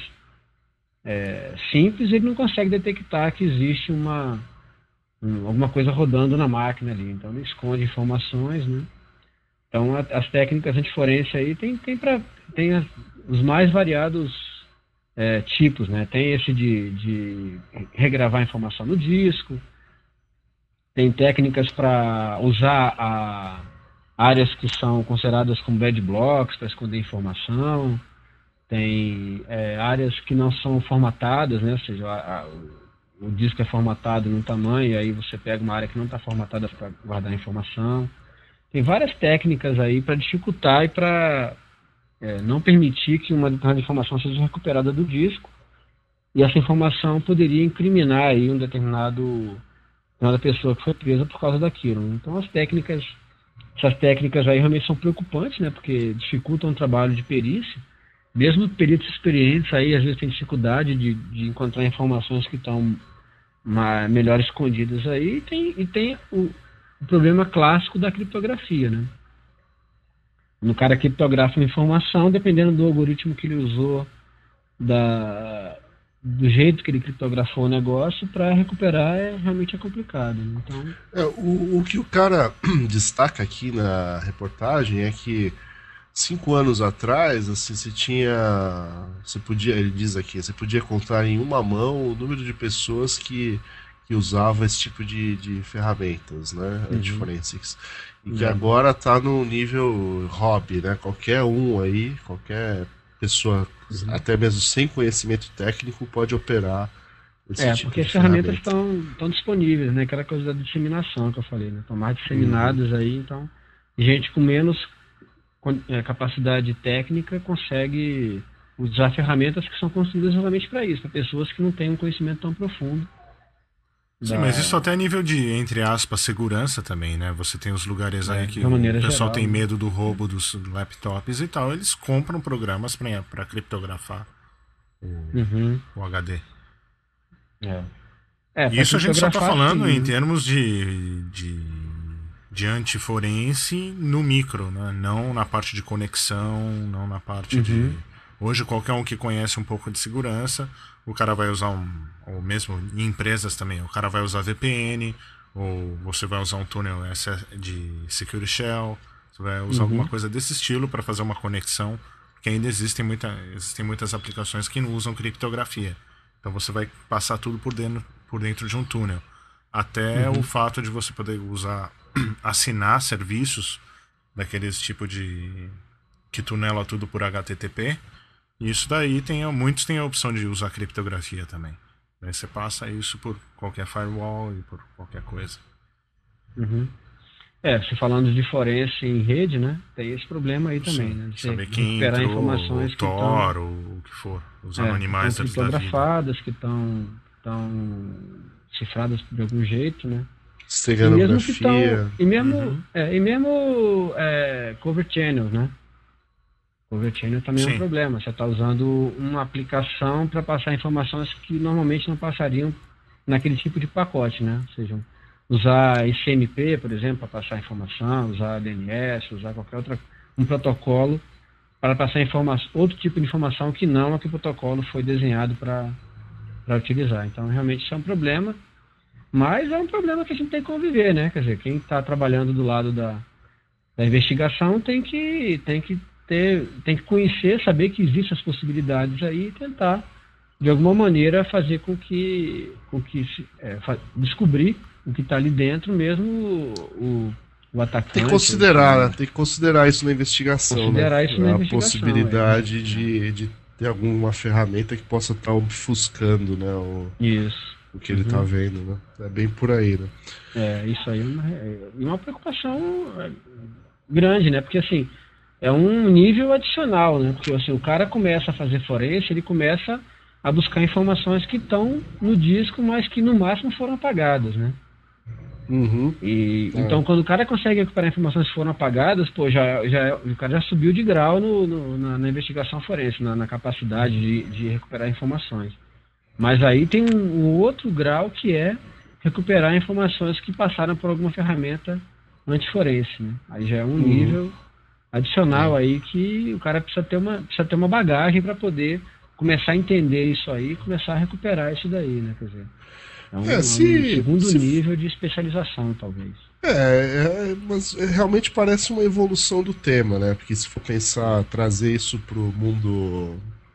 é, simples, ele não consegue detectar que existe uma um, alguma coisa rodando na máquina ali, então ele esconde informações, né? Então a, as técnicas antiforense aí tem, tem, pra, tem as, os mais variados é, tipos, né? Tem esse de, de regravar informação no disco, tem técnicas para usar a, áreas que são consideradas como bad blocks para esconder informação, tem é, áreas que não são formatadas, né? Ou seja, a, a, o, o disco é formatado num tamanho, e aí você pega uma área que não está formatada para guardar a informação. Tem várias técnicas aí para dificultar e para é, não permitir que uma determinada informação seja recuperada do disco, e essa informação poderia incriminar aí um determinado da pessoa que foi presa por causa daquilo. Então as técnicas, essas técnicas aí realmente são preocupantes, né? Porque dificultam o trabalho de perícia. Mesmo peritos experientes aí às vezes têm dificuldade de, de encontrar informações que estão melhor escondidas aí. E tem, e tem o, o problema clássico da criptografia, né? No cara criptografa uma informação, dependendo do algoritmo que ele usou, da do jeito que ele criptografou o negócio, para recuperar é realmente é complicado. Então, é, o, o que o cara destaca aqui na reportagem é que cinco anos atrás, assim, você tinha, você podia, ele diz aqui, você podia contar em uma mão o número de pessoas que, que usavam esse tipo de, de ferramentas, né, Uhum. antiforensics, e que Uhum. agora está no nível hobby, né, qualquer um aí, qualquer pessoa, Uhum. até mesmo sem conhecimento técnico, pode operar esse é, tipo porque de as ferramentas ferramenta. estão estão disponíveis, né? Aquela coisa da disseminação que eu falei, né? Estão mais disseminadas aí, então gente com menos con- é, capacidade técnica consegue usar ferramentas que são construídas exatamente para isso, para pessoas que não têm um conhecimento tão profundo. Sim, da- mas isso até a nível de, entre aspas, segurança também, né? Você tem os lugares É, aí de que uma o maneira pessoal geral, tem né? medo do roubo dos laptops e tal, eles compram programas para criptografar Uhum. o H D. É. É, pra Isso a gente só está criptografar, falando sim, em né? termos de, de, de antiforense no micro, né? Não na parte de conexão, não na parte Uhum. de... Hoje, qualquer um que conhece um pouco de segurança, o cara vai usar um... Ou mesmo em empresas também, o cara vai usar V P N, ou você vai usar um túnel S S de Security Shell, você vai usar Uhum. alguma coisa desse estilo para fazer uma conexão, porque ainda existem, muita, existem muitas aplicações que não usam criptografia. Então você vai passar tudo por dentro, por dentro de um túnel. até Uhum. o fato de você poder usar, assinar serviços daqueles tipo de que tunela tudo por H T T P. E isso daí tem, muitos têm a opção de usar criptografia também. Aí você passa isso por qualquer firewall e por qualquer coisa. Uhum. É, você falando de forense em rede, né? Tem esse problema aí também, Sim, né? De você saber quem recuperar entrou, informações o que estão Tor, ou o que for, os é, anonimizers da vida. criptografadas, que estão estão cifradas de algum jeito, né? E mesmo que estão, Esteganografia. e mesmo, Uhum. é, e mesmo é, cover channels, né? Cover channel também é um Sim. problema. Você está usando uma aplicação para passar informações que normalmente não passariam naquele tipo de pacote, né? Ou seja, usar I C M P, por exemplo, para passar informação, usar D N S, usar qualquer outro um protocolo para passar informação, outro tipo de informação que não a que o protocolo foi desenhado para para utilizar. Então, realmente isso é um problema, mas é um problema que a gente tem que conviver, né? Quer dizer, quem está trabalhando do lado da, da investigação tem que tem que ter, tem que conhecer, saber que existem as possibilidades aí e tentar de alguma maneira fazer com que com que se, é, fa- descobrir o que está ali dentro mesmo o, o atacante. Tem que considerar, ou- né? Tem que considerar isso na investigação, Considerar né? isso na a investigação, possibilidade é. de, de ter alguma ferramenta que possa estar obfuscando, né, o, Isso. o que ele Uhum. está vendo, né? É bem por aí, né? É, isso aí é uma, é uma preocupação é, grande, né? Porque assim, é um nível adicional, né? Porque assim, o cara começa a fazer forense, ele começa a buscar informações que estão no disco, mas que no máximo foram apagadas, né? Uhum. E, É. então, quando o cara consegue recuperar informações que foram apagadas, pô, já, já, o cara já subiu de grau no, no- na, na investigação forense, na, na capacidade de, de recuperar informações. Mas aí tem um, um outro grau que é recuperar informações que passaram por alguma ferramenta antiforense, né? Aí já é um Uhum. nível adicional É. aí que o cara precisa ter uma, precisa ter uma bagagem para poder começar a entender isso aí e começar a recuperar isso daí, né? Quer dizer, é um, É, é um se- segundo se- nível de especialização, talvez. É, é, mas realmente parece uma evolução do tema, né? Porque se for pensar, trazer isso pro mundo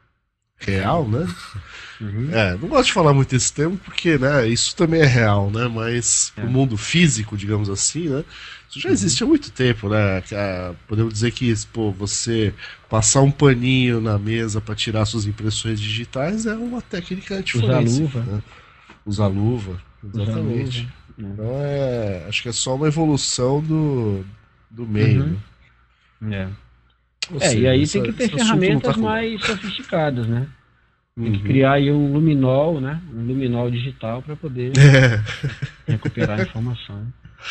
real, né? Uhum. É, não gosto de falar muito desse termo porque, né, isso também é real, né? Mas É. pro mundo físico, digamos assim, né? Isso já Uhum. existe há muito tempo, né? Que, ah, podemos dizer que, pô, você passar um paninho na mesa para tirar suas impressões digitais é uma técnica Usar antiforense. luva. Né? Usar luva, Usar exatamente. luva, né? Então é, acho que é só uma evolução do, do meio. Uhum. Né? É. Ou É, seja, e aí essa- tem que ter esse assunto não ferramentas tá com- mais sofisticadas, né? Tem que Uhum. criar aí um luminol, né? Um luminol digital para poder É. recuperar a informação.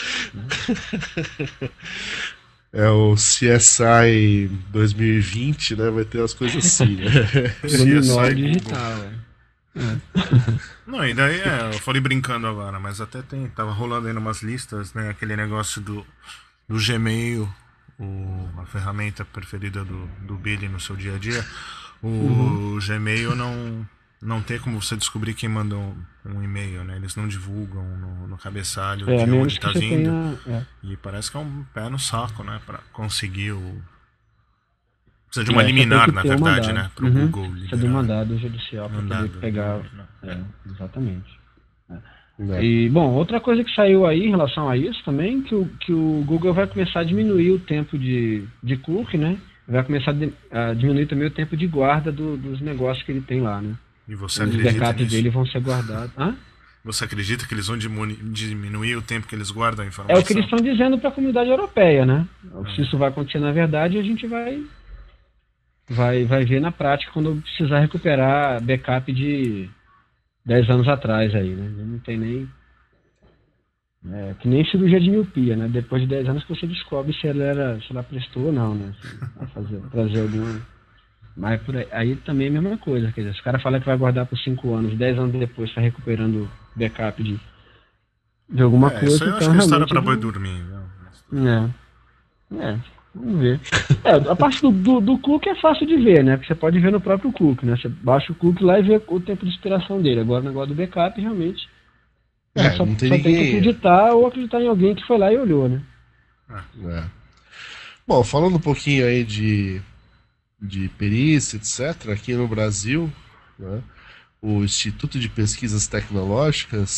É o C S I dois mil e vinte, né? Vai ter as coisas assim, né? Luminol C S I digital, é. Não, e daí é, eu falei brincando agora, mas até tem, tava rolando aí umas listas, né? Aquele negócio do, do Gmail, o, a ferramenta preferida do, do Billy no seu dia a dia. O Uhum. Gmail não, não tem como você descobrir quem mandou um, um e-mail, né? Eles não divulgam no, no cabeçalho É, a de menos onde que tá você vindo. tenha. É. E parece que é um pé no saco, né? Pra conseguir o. Precisa de uma É, você tem liminar, que na ter um verdade, mandado. né? Pro Uhum. Google Precisa do liberar. mandado judicial para Mandado, poder pegar. né? É, exatamente. Né? E, bom, outra coisa que saiu aí em relação a isso também, que o, que o Google vai começar a diminuir o tempo de, de cookie, né? Vai começar a, de- a diminuir também o tempo de guarda do- dos negócios que ele tem lá, né? E você Os acredita backups nisso? dele vão ser guardados. Hã? Você acredita que eles vão dimuni- diminuir o tempo que eles guardam a informação? É o que eles estão dizendo para a comunidade europeia, né? Se isso vai acontecer na verdade, a gente vai, vai, vai ver na prática quando precisar recuperar backup de dez anos atrás aí, né? Não tem nem... É, que nem cirurgia de miopia, né? Depois de dez anos que você descobre se ela, era, se ela prestou ou não, né? Se vai fazer, trazer alguma... Mas por aí, aí também é a mesma coisa, quer dizer, se o cara fala que vai guardar por cinco anos, dez anos depois está recuperando backup de, de alguma É, coisa, isso aí eu então acho que é história realmente... pra boi não- dormir. Viu? É. É, vamos ver. É, a parte do, do, do cookie é fácil de ver, né? Porque você pode ver no próprio cookie, né? Você baixa o cookie lá e vê o tempo de expiração dele. Agora o negócio do backup, realmente, É, só, não tem só tem que ninguém. acreditar ou acreditar em alguém que foi lá e olhou, né? É. Bom, falando um pouquinho aí de, de perícia, etcétera, aqui no Brasil, né, o Instituto de Pesquisas Tecnológicas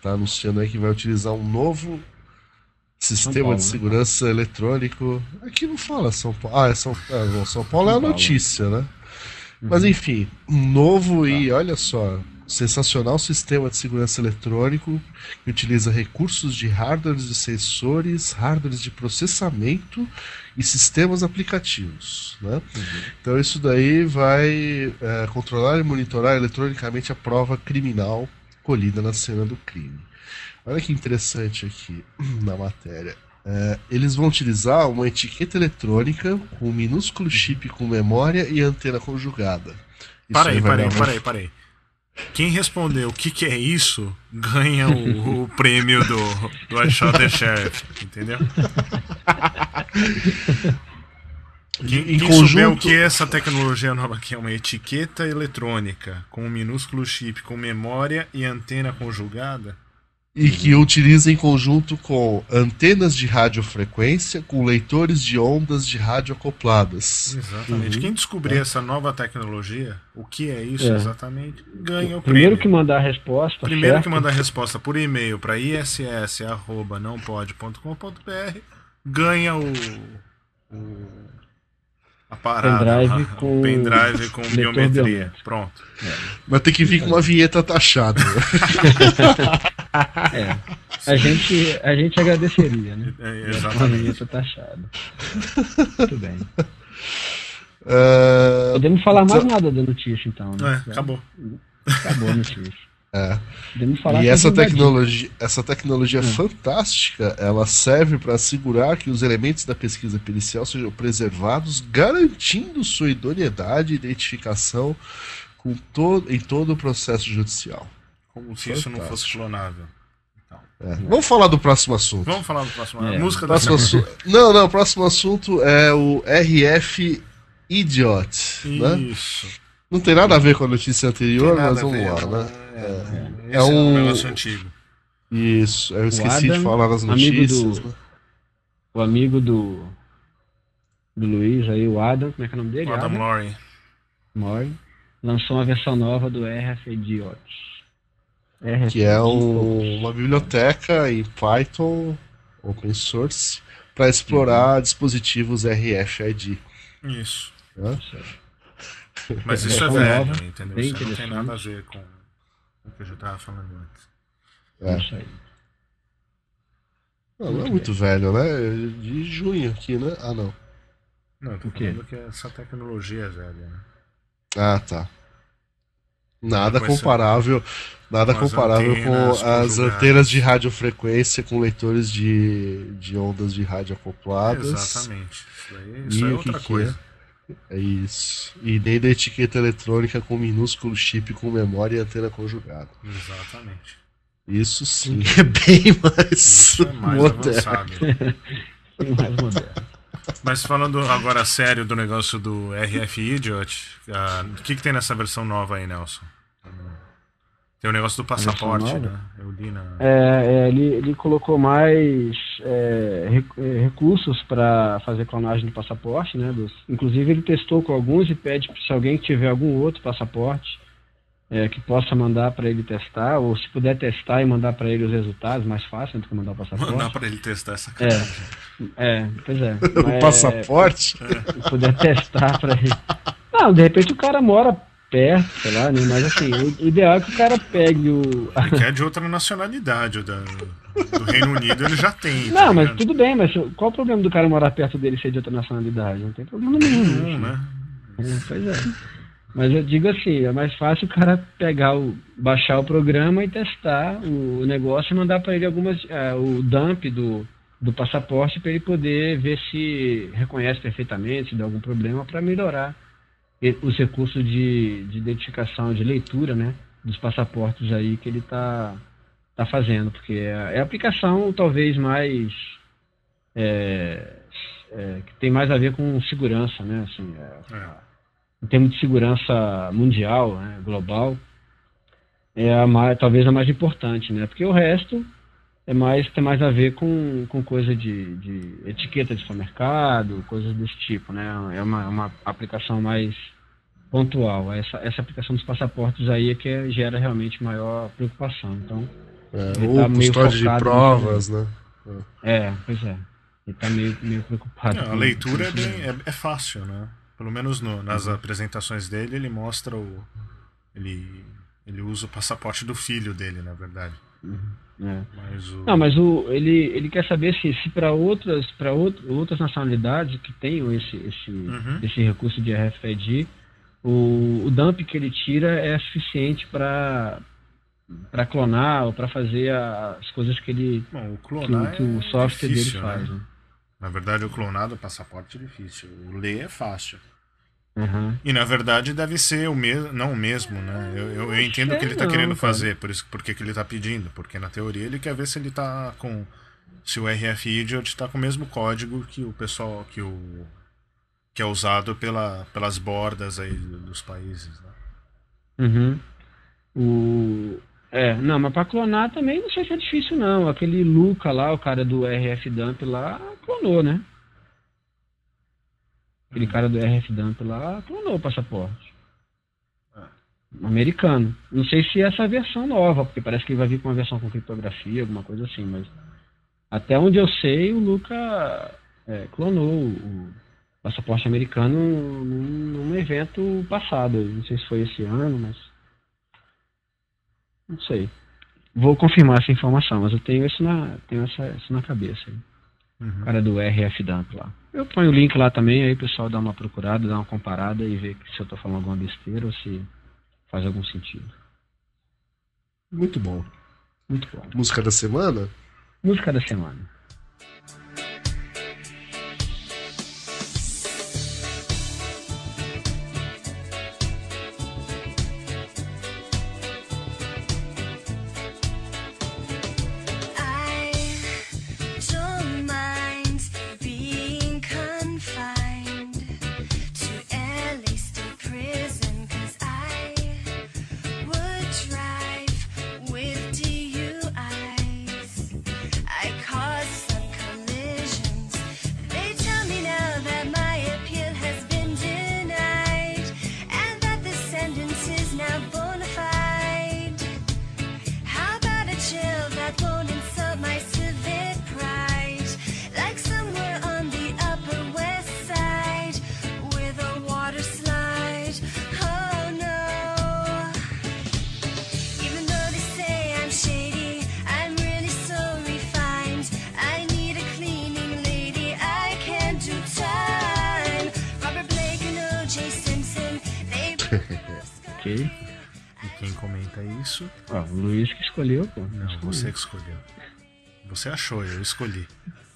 está anunciando aí que vai utilizar um novo sistema Paulo, de né? segurança eletrônico. Aqui não fala São Paulo. Ah, é São, é, bom, São Paulo é a São Paulo. notícia, né? Mas enfim, um novo e olha só, sensacional sistema de segurança eletrônico que utiliza recursos de hardwares de sensores, hardwares de processamento e sistemas aplicativos, né? Então isso daí vai é, controlar e monitorar eletronicamente a prova criminal colhida na cena do crime. Olha que interessante aqui na matéria. É, eles vão utilizar uma etiqueta eletrônica com um minúsculo chip com memória e antena conjugada. Isso Parei, aí vai parei, dar uma- parei, parei. Quem respondeu o que, que é isso ganha o, o prêmio do, do I Shot the Sheriff, entendeu? Quem, Em quem souber o conjunto- que é essa tecnologia nova aqui é uma etiqueta eletrônica com um minúsculo chip com memória e antena conjugada. E que utiliza em conjunto com antenas de radiofrequência com leitores de ondas de rádio acopladas. Exatamente. Quem descobrir essa nova tecnologia, o que é isso É. exatamente, ganha o Primeiro prêmio. que mandar a resposta. Primeiro certo? que mandar a resposta por e-mail para iss arroba não pode ponto com ponto br ganha o, o a parada, Pendrive lá, com o pendrive com leitor biometria. biométrico. Pronto. Mas tem que vir com uma vinheta taxada. É. A gente, a gente agradeceria, né? É, Uma exatamente. vinheta taxada. Muito bem. É, Podemos falar mais nada da notícia, então. Né? É, acabou. Acabou a notícia. é. Podemos falar E essa sobre o tecnologia, essa tecnologia Hum. fantástica, ela serve para assegurar que os elementos da pesquisa pericial sejam preservados, garantindo sua idoneidade e identificação com todo, em todo o processo judicial. Como se isso não Fantástico. fosse clonável. É. Vamos falar do próximo assunto. Vamos falar do próximo. É. A música da Próximo semana. assu- Não, não, o próximo assunto é o R F Idiot. Né? Isso. Não tem nada a ver com a notícia anterior, Tem nada mas a vamos ver, lá, né? É, Esse É é um um- negócio antigo. Isso, eu esqueci Adam, de falar nas amigo notícias. do- né? O amigo do, do Luiz aí, o Adam, como é que é o nome dele? O Adam Laurie. Mori, lançou uma versão nova do R F Idiot. R F Que é Idiot. um- uma biblioteca em Python, open source, para explorar dispositivos R F I D. Isso. Né? Mas isso é Versão velho, nova, entendeu? bem Isso não tem interessante. nada a ver com o que eu já estava falando antes. É. Isso aí. Não, não é muito velho, né? De junho aqui, né? Ah, não. Não, eu tô O quê? falando que essa tecnologia é velha, né? Ah, tá. Nada Com essa- comparável, nada com as comparável com antenas as conjugadas. antenas de radiofrequência com leitores de, de ondas de rádio acopladas. Exatamente. Isso, aí, E isso é o outra que que coisa. É isso. E nem da etiqueta eletrônica com minúsculo chip com memória e antena conjugada. Exatamente. Isso sim é bem mais, Isso é mais moderno. avançado. Tem mais moderno. Mas falando agora sério do negócio do R F Idiot, ah, o que, que tem nessa versão nova aí, Nelson? Tem o negócio do passaporte, nova? né? Eu li na. É, é, ele, ele colocou mais é, rec- é, recursos para fazer clonagem do passaporte, né? Dos, inclusive ele testou com alguns e pede que se alguém tiver algum outro passaporte é, que possa mandar para ele testar, ou se puder testar e mandar para ele os resultados, mais fácil do que mandar o passaporte. Mandar pra ele testar essa cara. É, pois é. O Mas, passaporte? Se puder testar para ele. Não, de repente o cara mora perto, sei lá, né? Mas assim, o ideal é que o cara pegue o. Ele quer de outra nacionalidade, o da, do Reino Unido ele já tem. tá Não, mas ligado? tudo bem, mas qual o problema do cara morar perto dele e ser de outra nacionalidade? Não tem problema nenhum. Nenhum, né? É, pois é. Mas eu digo assim, é mais fácil o cara pegar o. baixar o programa e testar o negócio e mandar para ele algumas. é, o dump do, do passaporte para ele poder ver se reconhece perfeitamente, se dá algum problema, para melhorar e- os recursos de, de identificação, de leitura, né? Dos passaportes aí que ele está tá fazendo, porque é, é a aplicação talvez mais. é, é, que tem mais a ver com segurança, né? Assim, é, É. em termos de segurança mundial, né, global, é a mais, talvez a mais importante, né? Porque o resto é mais, tem mais a ver com, com coisa de, de etiqueta de supermercado, coisas desse tipo, né? É uma, uma aplicação mais pontual. Essa, essa aplicação dos passaportes aí é que gera realmente maior preocupação. Então, É, Ele ou tá meio custódia de focado provas, né? É, pois é. Ele tá meio, meio preocupado. Não, a com- leitura é, com- bem, é, é fácil, né? Pelo menos no- nas apresentações dele, ele mostra o. Ele, ele usa o passaporte do filho dele, na verdade. É. Mas o. Não, mas o, ele, ele quer saber se, se para outras, para outras nacionalidades que tenham esse, esse, Uhum. esse recurso de R F I D, o, o dump que ele tira é suficiente para para clonar ou para fazer a- as coisas que ele Bom, o que, clonar o, que o é software difícil, dele faz. né? Né? Na verdade, o clonado, o passaporte é difícil. O ler é fácil. Uhum. E na verdade deve ser o mesmo, não o mesmo, né? Eu, eu, eu entendo o que sei ele está não, querendo cara. fazer, por isso porque que ele está pedindo, porque na teoria ele quer ver se ele tá com se o R F I D está com o mesmo código que o pessoal que o que é usado pela, pelas bordas aí dos países, né? Uhum. O... É, não, mas para clonar também não sei se é difícil não. Aquele Luca lá, o cara do R F Dump lá, clonou, né? Aquele cara do R F Dump lá clonou o passaporte. Americano. Não sei se é essa versão nova, porque parece que vai vir com uma versão com criptografia, alguma coisa assim, mas até onde eu sei, o Luca é, clonou o passaporte americano num, num evento passado. Não sei se foi esse ano, mas não sei. Vou confirmar essa informação, mas eu tenho isso na, tenho essa, isso na cabeça aí. Uhum. O cara do R F Dump lá. Eu ponho o link lá também, aí o pessoal dá uma procurada, dá uma comparada e vê se eu tô falando alguma besteira ou se faz algum sentido. Muito bom. Muito bom. Música da semana? Música da semana. Don't mind being confined to at least a prison, 'cause I would drive with D U Is. I caused some collisions. They tell me now that my appeal has been denied, and that the sentence is now bona fide. How about a jail that won't insult my civic pride? Like somewhere on the Upper West Side with a water slide. Oh no. Even though they say I'm shady, I'm really so refined. I need a cleaning lady, I can't do time. Robert Blake and O J Simpson, they Ok. E quem comenta isso? Ó, o Luiz que escolheu, pô. Não, Escolheu. você que escolheu. Você achou, eu escolhi.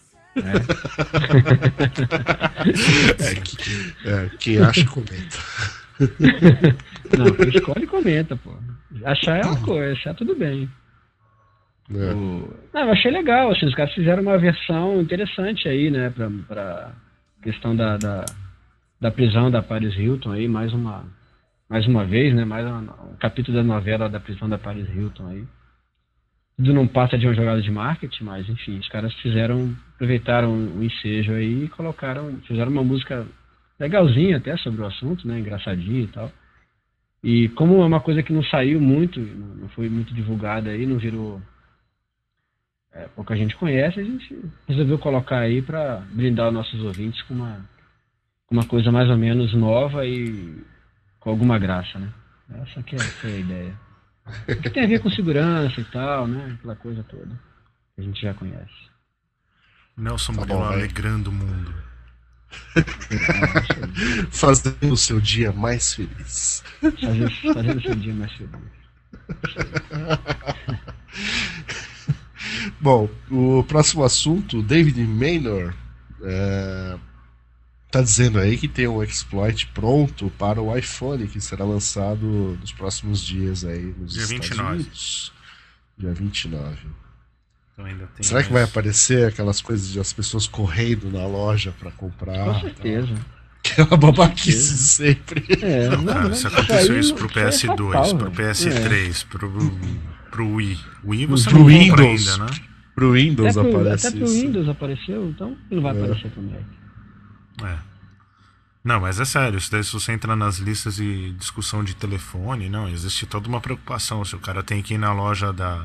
É, que, é, quem acha, comenta. Não, quem escolhe comenta, pô. Achar é uma coisa, achar tudo bem. É. O... Não, eu achei legal, assim, os caras fizeram uma versão interessante aí, né, pra, pra questão da, da, da prisão da Paris Hilton aí, mais uma, mais uma vez, né, mais uma, um capítulo da novela da prisão da Paris Hilton aí. Tudo não passa de uma jogada de marketing, mas enfim, os caras fizeram, aproveitaram o ensejo aí e colocaram, fizeram uma música legalzinha até sobre o assunto, né, engraçadinha e tal. E como é uma coisa que não saiu muito, não não foi muito divulgada aí, não virou... É, pouca gente conhece, a gente resolveu colocar aí para brindar os nossos ouvintes com uma, com uma coisa mais ou menos nova e com alguma graça, né? Essa que é, que é a ideia. Que tem a ver com segurança e tal, né? Aquela coisa toda que a gente já conhece. Nelson Tá Murilo bom, vai. alegrando o mundo. Fazendo o seu dia mais feliz. Fazer, fazendo o seu dia mais feliz. Bom, o próximo assunto, David Maynor é, tá dizendo aí que tem um exploit pronto para o iPhone que será lançado nos próximos dias aí nos Dia Estados vinte e nove. Unidos. Dia vinte e nove. Então ainda tem Será que mais- vai aparecer aquelas coisas de as pessoas correndo na loja para comprar? Com certeza. Que é uma babaquice sempre. É, Não, não, cara, não, se aconteceu aí isso não- pro é P S dois, fatal, pro velho. P S três, pro, pro Wii. Wii você Pro não compra Windows. ainda, né? Pro É. Windows Até pro, aparece até pro isso. Windows apareceu, então não vai É. aparecer pro Mac. É. Não, mas é sério, isso daí, se você entra nas listas de discussão de telefone, não, existe toda uma preocupação se o cara tem que ir na loja da,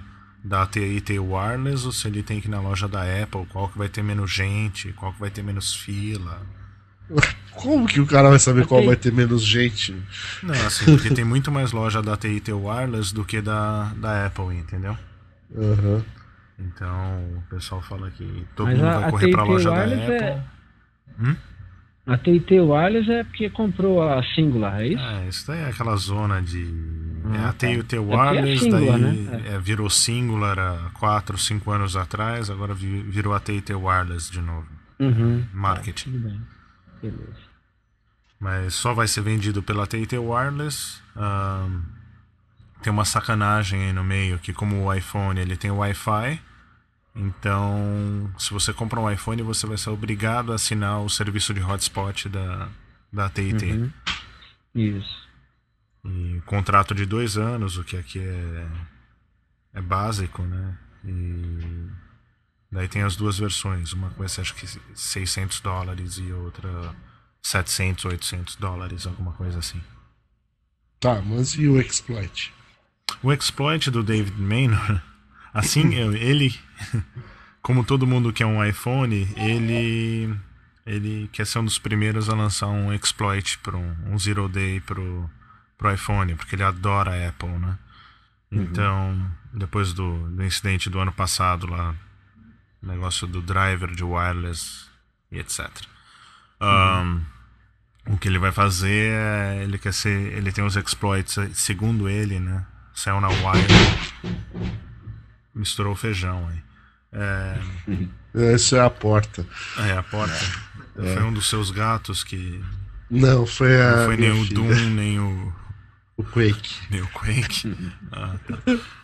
da A T e T Wireless ou se ele tem que ir na loja da Apple, qual que vai ter menos gente, qual que vai ter menos fila. Como que o cara vai saber qual Ok. vai ter menos gente? Não, assim, porque tem muito mais loja da A T e T Wireless do que da, da Apple, entendeu? Aham. Então o pessoal fala que todo Mas mundo a- vai a correr pra T e T loja da Wireless Apple. é- Hum? A T e T Wireless é porque comprou a Singular, é isso? É, isso daí é aquela zona de. Ah, é a tá. T e T É porque é Wireless, Singular, daí né? é, virou Singular há quatro, cinco anos atrás, agora vi- virou a T e T Wireless de novo. Uhum. Marketing. Tudo bem. Beleza. Mas só vai ser vendido pela T e T Wireless. Ahn, tem uma sacanagem aí no meio, que como o iPhone ele tem Wi-Fi, então se você compra um iPhone você vai ser obrigado a assinar o serviço de hotspot da, da T e T. Uhum. Isso. E contrato de dois anos, o que aqui é, é básico, né? E daí tem as duas versões, uma com esse, acho que seiscentos dólares e outra setecentos, oitocentos dólares, alguma coisa assim. Tá, mas e o exploit? O exploit do David Maynard, assim, eu- ele, como todo mundo que é um iPhone, ele, ele quer ser um dos primeiros a lançar um exploit, para um, um zero day pro, pro iPhone, porque ele adora a Apple, né? Então, depois do, do incidente do ano passado lá, negócio do driver de wireless e etcétera. Um, o que ele vai fazer é, ele quer ser, ele tem os exploits, segundo ele, né? Saiu na Wire, misturou o feijão aí. É, Essa é a porta. é a porta. Foi um dos seus gatos que Não, foi a. não foi nem minha o filha. Doom, nem o, O Quake. nem o Quake. Ah, tá.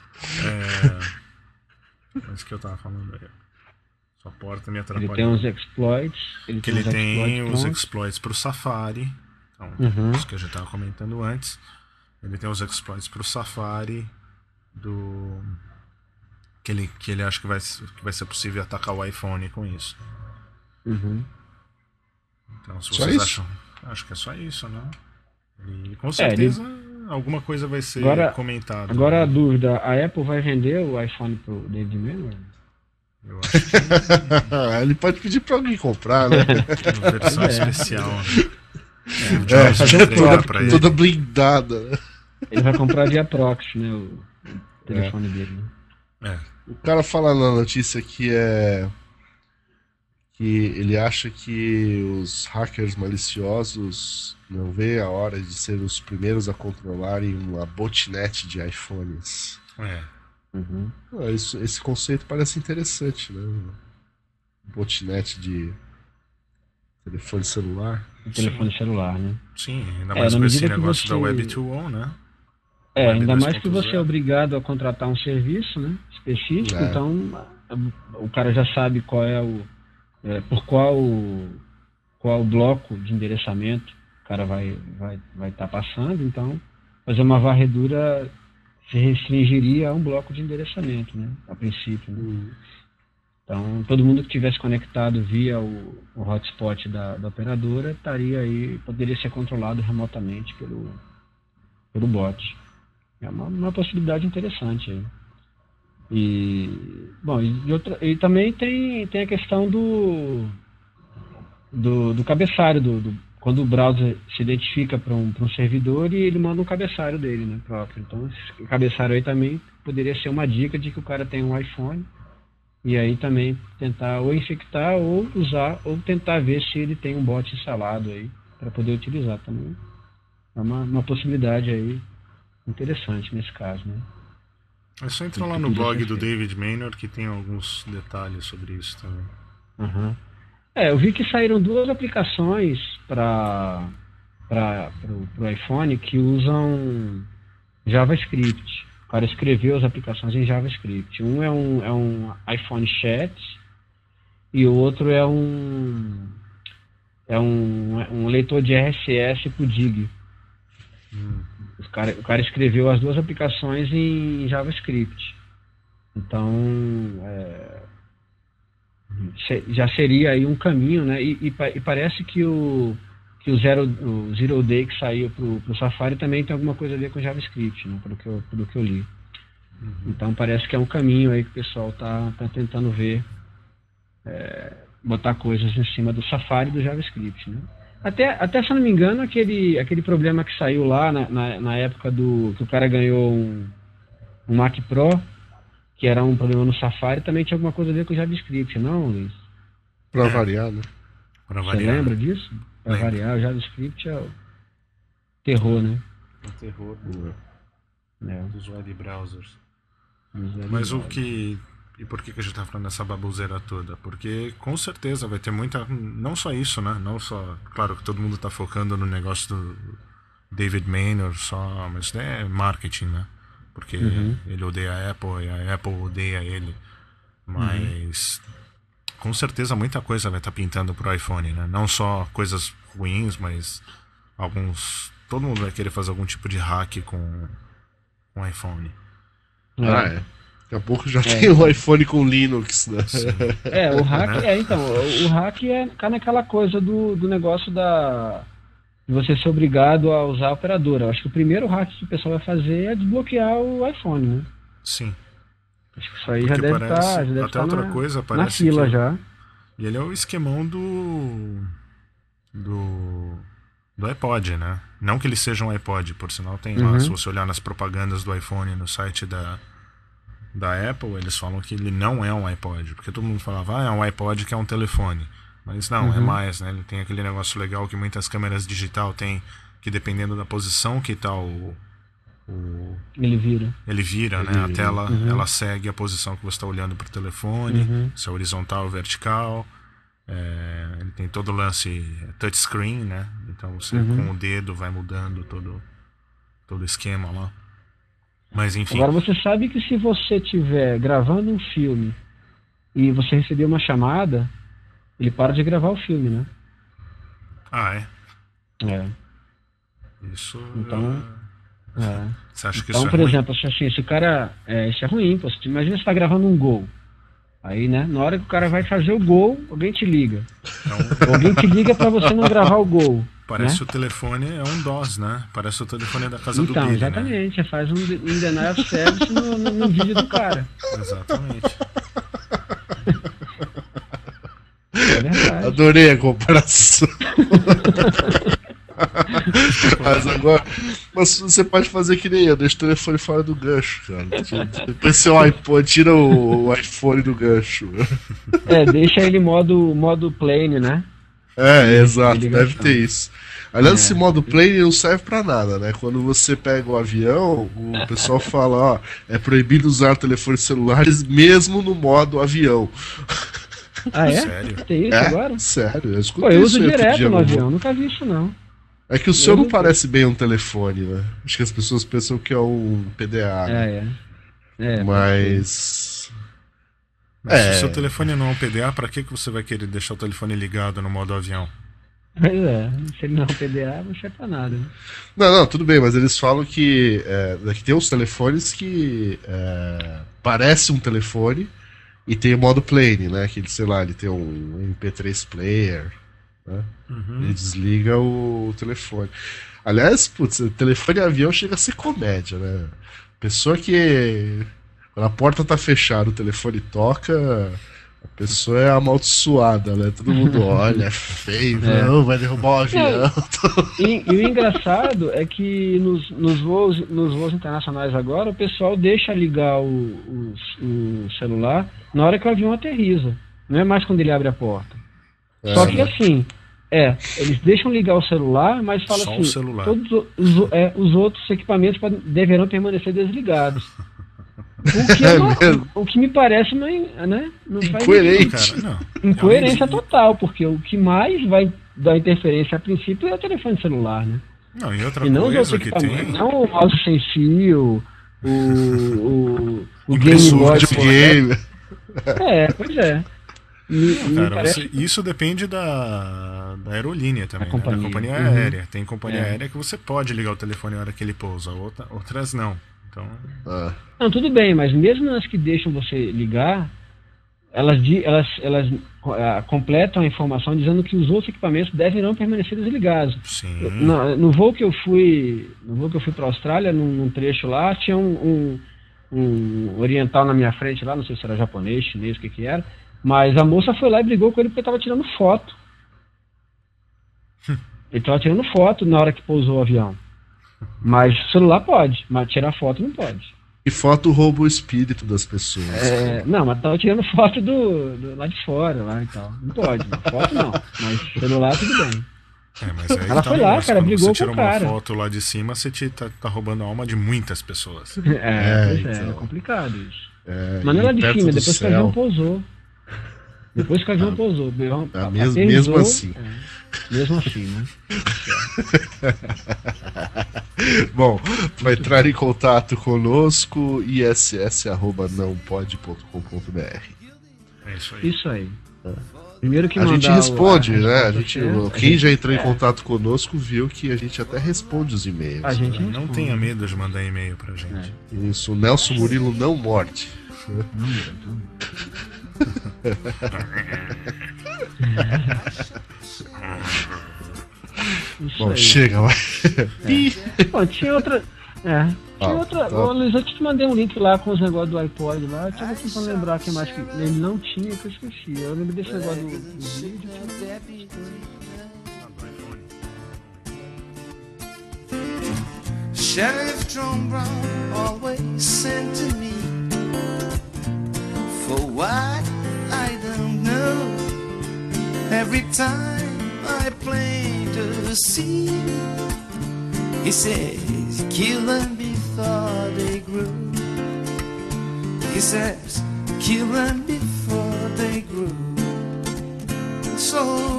É, mas o que eu tava falando aí? Sua porta me Ele atrapalhou. tem uns exploits. Ele Que tem ele uns tem exploits os prontos. exploits para o Safari, então, Uhum. isso que a gente estava comentando antes. Ele tem os exploits para o Safari do que ele que ele acha que vai que vai ser possível atacar o iPhone com isso. Uhum. Então, se Só vocês isso? acham, acho que é só isso, né? E com É, certeza alguma coisa vai ser Agora- comentada. Agora a dúvida, a Apple vai vender o iPhone pro David Maynard? Eu acho que Ele pode pedir pra alguém comprar, né? é uma versão especial. Né? É, Jobs já vai entregar toda, pra ele. toda blindada. né? Ele vai comprar via proxy, né? O o telefone dele. Né? É. O cara fala na notícia que é. Que ele acha que os hackers maliciosos não vê a hora de ser os primeiros a controlarem uma botnet de iPhones. É. Uhum. Ah, isso- esse conceito parece interessante, né? Botnet de telefone celular. O telefone celular, né? Sim, ainda É, mais na com esse medida que negócio você- da Web dois ponto zero, né? É, Web ainda mais que dois ponto você é zero. obrigado a contratar um serviço, né? Específico, É. então a- o cara já sabe qual é o. é, por qual qual bloco de endereçamento o cara vai vai vai estar passando, então fazer uma varredura se restringiria a um bloco de endereçamento, né? A princípio, né? Então todo mundo que tivesse conectado via o, o hotspot da, da operadora estaria aí, poderia ser controlado remotamente pelo pelo bot. É uma, uma possibilidade interessante aí. E, bom, e, e outra, e também tem, tem a questão do, do, do cabeçalho, do, do- quando o browser se identifica para um, para um servidor e ele manda um cabeçalho dele, né, próprio. Então, esse cabeçalho aí também poderia ser uma dica de que o cara tem um iPhone e aí também tentar ou infectar ou usar, ou tentar ver se ele tem um bot instalado aí para poder utilizar também. É uma, uma possibilidade aí interessante nesse caso, né? É só entrar lá no blog do David Maynard que tem alguns detalhes sobre isso também. Uhum. É, eu vi que saíram duas aplicações para o iPhone que usam JavaScript. O cara escreveu as aplicações em JavaScript. Um é um, é um iPhone Chat e o outro é um é um, um leitor de R S S pro Dig. Os cara, o cara escreveu as duas aplicações em JavaScript. Então, é, se- já seria aí um caminho, né? E, e pa- e parece que o que o Zero, o Zero Day que saiu pro, pro Safari também tem alguma coisa a ver com JavaScript, né? Pelo que eu, pelo que eu li. Então parece que é um caminho aí que o pessoal tá, tá tentando ver, é, botar coisas em cima do Safari e do JavaScript, né? Até, até se eu não me engano, aquele, aquele problema que saiu lá na, na, na época do que o cara ganhou um, um Mac Pro, que era um problema no Safari, também tinha alguma coisa a ver com o JavaScript, não, Luiz? Pra É. variar, né? Pra Você variar. lembra disso? Pra Lembro. variar, o JavaScript é o terror, né? O terror É, dos web browsers. dos web Mas o browsers. que. E por que, que a gente tá falando dessa baboseira toda? Porque com certeza vai ter muita. Não só isso, né? Não só. Claro que todo mundo tá focando no negócio do David Maynard só, mas é marketing, né? Porque Uhum. ele odeia a Apple e a Apple odeia ele. Mas com certeza muita coisa vai estar pintando pro iPhone, né? Não só coisas ruins, mas alguns. Todo mundo vai querer fazer algum tipo de hack com o iPhone. Ah, é. Daqui a pouco já tem um iPhone com Linux, né? É, o hack, Né? é, então, o, o hack é cá naquela coisa do, do negócio da de você ser obrigado a usar a operadora. Eu acho que o primeiro hack que o pessoal vai fazer é desbloquear o iPhone, né? Sim. Acho que isso aí Porque já deve parece- estar, já deve até estar outra na, coisa, na parece fila que- já. E ele é o esquemão do. do. do iPod, né? Não que ele seja um iPod, por sinal tem lá, Uhum. se você olhar nas propagandas do iPhone no site da, da Apple, eles falam que ele não é um iPod, porque todo mundo falava, ah, é um iPod que é um telefone. Mas não, é Uhum. mais, né? Ele tem aquele negócio legal que muitas câmeras digital têm, que dependendo da posição que tá o. o Ele vira. ele vira, né? A tela ela segue a posição que você está olhando para o telefone, Uhum. se é horizontal ou vertical. É, ele tem todo o lance touchscreen, né? Então você Uhum. com o dedo vai mudando todo, todo o esquema lá. Mas enfim, Agora você sabe que se você estiver gravando um filme e você receber uma chamada, ele para de gravar o filme, né? ah, é. É. Isso. Então, é. Você acha que Então, isso é por ruim? exemplo, se, assim, se o cara. É, isso é ruim, pô. Se, imagina você tá gravando um gol. Aí, né, na hora que o cara vai fazer o gol, alguém te liga. Então, Alguém te liga pra você não gravar o gol. parece né? o telefone é um DOS, né? Parece o telefone da casa do Então, Billy, né? exatamente. Você faz um, um denial of service no, no, no vídeo do cara. Exatamente. É verdade. Adorei a comparação. Mas agora. Mas você pode fazer que nem eu, deixa o telefone fora do gancho, cara. Depois seu iPod, tira o, o iPhone do gancho. É, deixa ele modo, modo plane, né? É, exato, ligação. deve ter isso. Aliás, É. esse modo plane não serve pra nada, né? Quando você pega o avião, o pessoal fala, ó, é proibido usar telefones celulares mesmo no modo avião. Ah, é? Sério? Tem isso É, agora? sério, eu Pô, escutei eu isso uso aí outro direto dia no no avião, voo. nunca vi isso não. É que o seu Eu não não- parece bem um telefone, né? Acho que as pessoas pensam que é um P D A, né? É, é. É, Mas. Mas É. se o seu telefone não é um P D A, pra que, que você vai querer deixar o telefone ligado no modo avião? Pois é, se ele não é um P D A, não serve pra nada. Né? Não, não, tudo bem, mas eles falam que, é, que tem uns telefones que é, parece um telefone e tem o modo plane, né? Que ele, sei lá, ele tem um M P três player, né? Ele desliga o, telefone. Aliás, putz, o telefone e avião chega a ser comédia, né? Pessoa que. Quando a porta tá fechada, o telefone toca. A pessoa é amaldiçoada, né? Todo mundo olha, é feio, É. não, vai derrubar o avião. E, e o engraçado é que nos, nos, voos, nos voos internacionais agora, o pessoal deixa ligar o, o, o celular na hora que o avião aterriza. Não é mais quando ele abre a porta. É, Só que né? assim, é, eles deixam ligar o celular, mas fala Só o assim, celular. todos o- os, é, os outros equipamentos podem- deverão permanecer desligados. O que, é É uma- mesmo? o que me parece uma, né, não faz Incoerente. Cara, não. incoerência Além de- total, porque o que mais vai dar interferência a princípio é o telefone celular, né? Não, e outra E não os coisa outros que equipamentos, tem. não o mouse sem fio, o, o, o Game Impressor Boy. de Videogame. É, pois é. Me, me Cara, parece- você- isso depende da, da aerolínea também, Da né? companhia. Da companhia Uhum. aérea. Tem companhia É. aérea que você pode ligar o telefone na hora que ele pousa, outra, outras não. Então, Ah, Não, tudo bem, mas mesmo nas que deixam você ligar, elas, di- elas, elas ah, completam a informação dizendo que os outros equipamentos deverão permanecer desligados. sim. No, no voo que eu fui, no voo que eu fui para a Austrália, num, num trecho lá, tinha um, um, um oriental na minha frente lá, não sei se era japonês, chinês, o que que era, mas a moça foi lá e brigou com ele porque tava tirando foto. Ele tava tirando foto na hora que pousou o avião. Mas celular pode, mas tirar foto não pode. E foto rouba o espírito das pessoas. É, não, mas tava tirando foto do, do lá de fora lá e tal. Não pode, não. Foto não. Mas celular tudo bem. É, mas aí Ela tá foi um lá, negócio, cara, quando brigou você com tira o uma cara. foto lá de cima, você te, tá, tá roubando a alma de muitas pessoas. É, É, pois é, então. é complicado isso. É, Mas não é lá e de perto cima, do depois que o céu, avião pousou. Depois que o avião pousou. o avião tá a- mesmo- aterrissou, mesmo assim. é, mesmo assim, né? Bom, para entrar em contato conosco, iss arroba não pode ponto com ponto br. É isso aí. Isso aí. Primeiro que A gente mandar o- responde, a né? A resposta gente, certa, quem a já gente- entrou em é, contato conosco viu que a gente até responde os e-mails. A gente Não responde. tenha medo de mandar e-mail pra gente. Isso, o Nelson Murilo não morde. Isso Bom, aí. chega, vai. Bom, tinha outra. É. Tinha Ah, outra. tá. Ô, Luiz, eu te mandei um link lá com os negócios do iPod lá. Eu tava tentando lembrar que mais que ele não tinha, que eu esqueci. Eu lembro desse negócio do, do vídeo. Sheriff John Brown always sent to me for what I don't know. Every time I plant a seed, he says, kill them before they grow. He says, kill them before they grow. So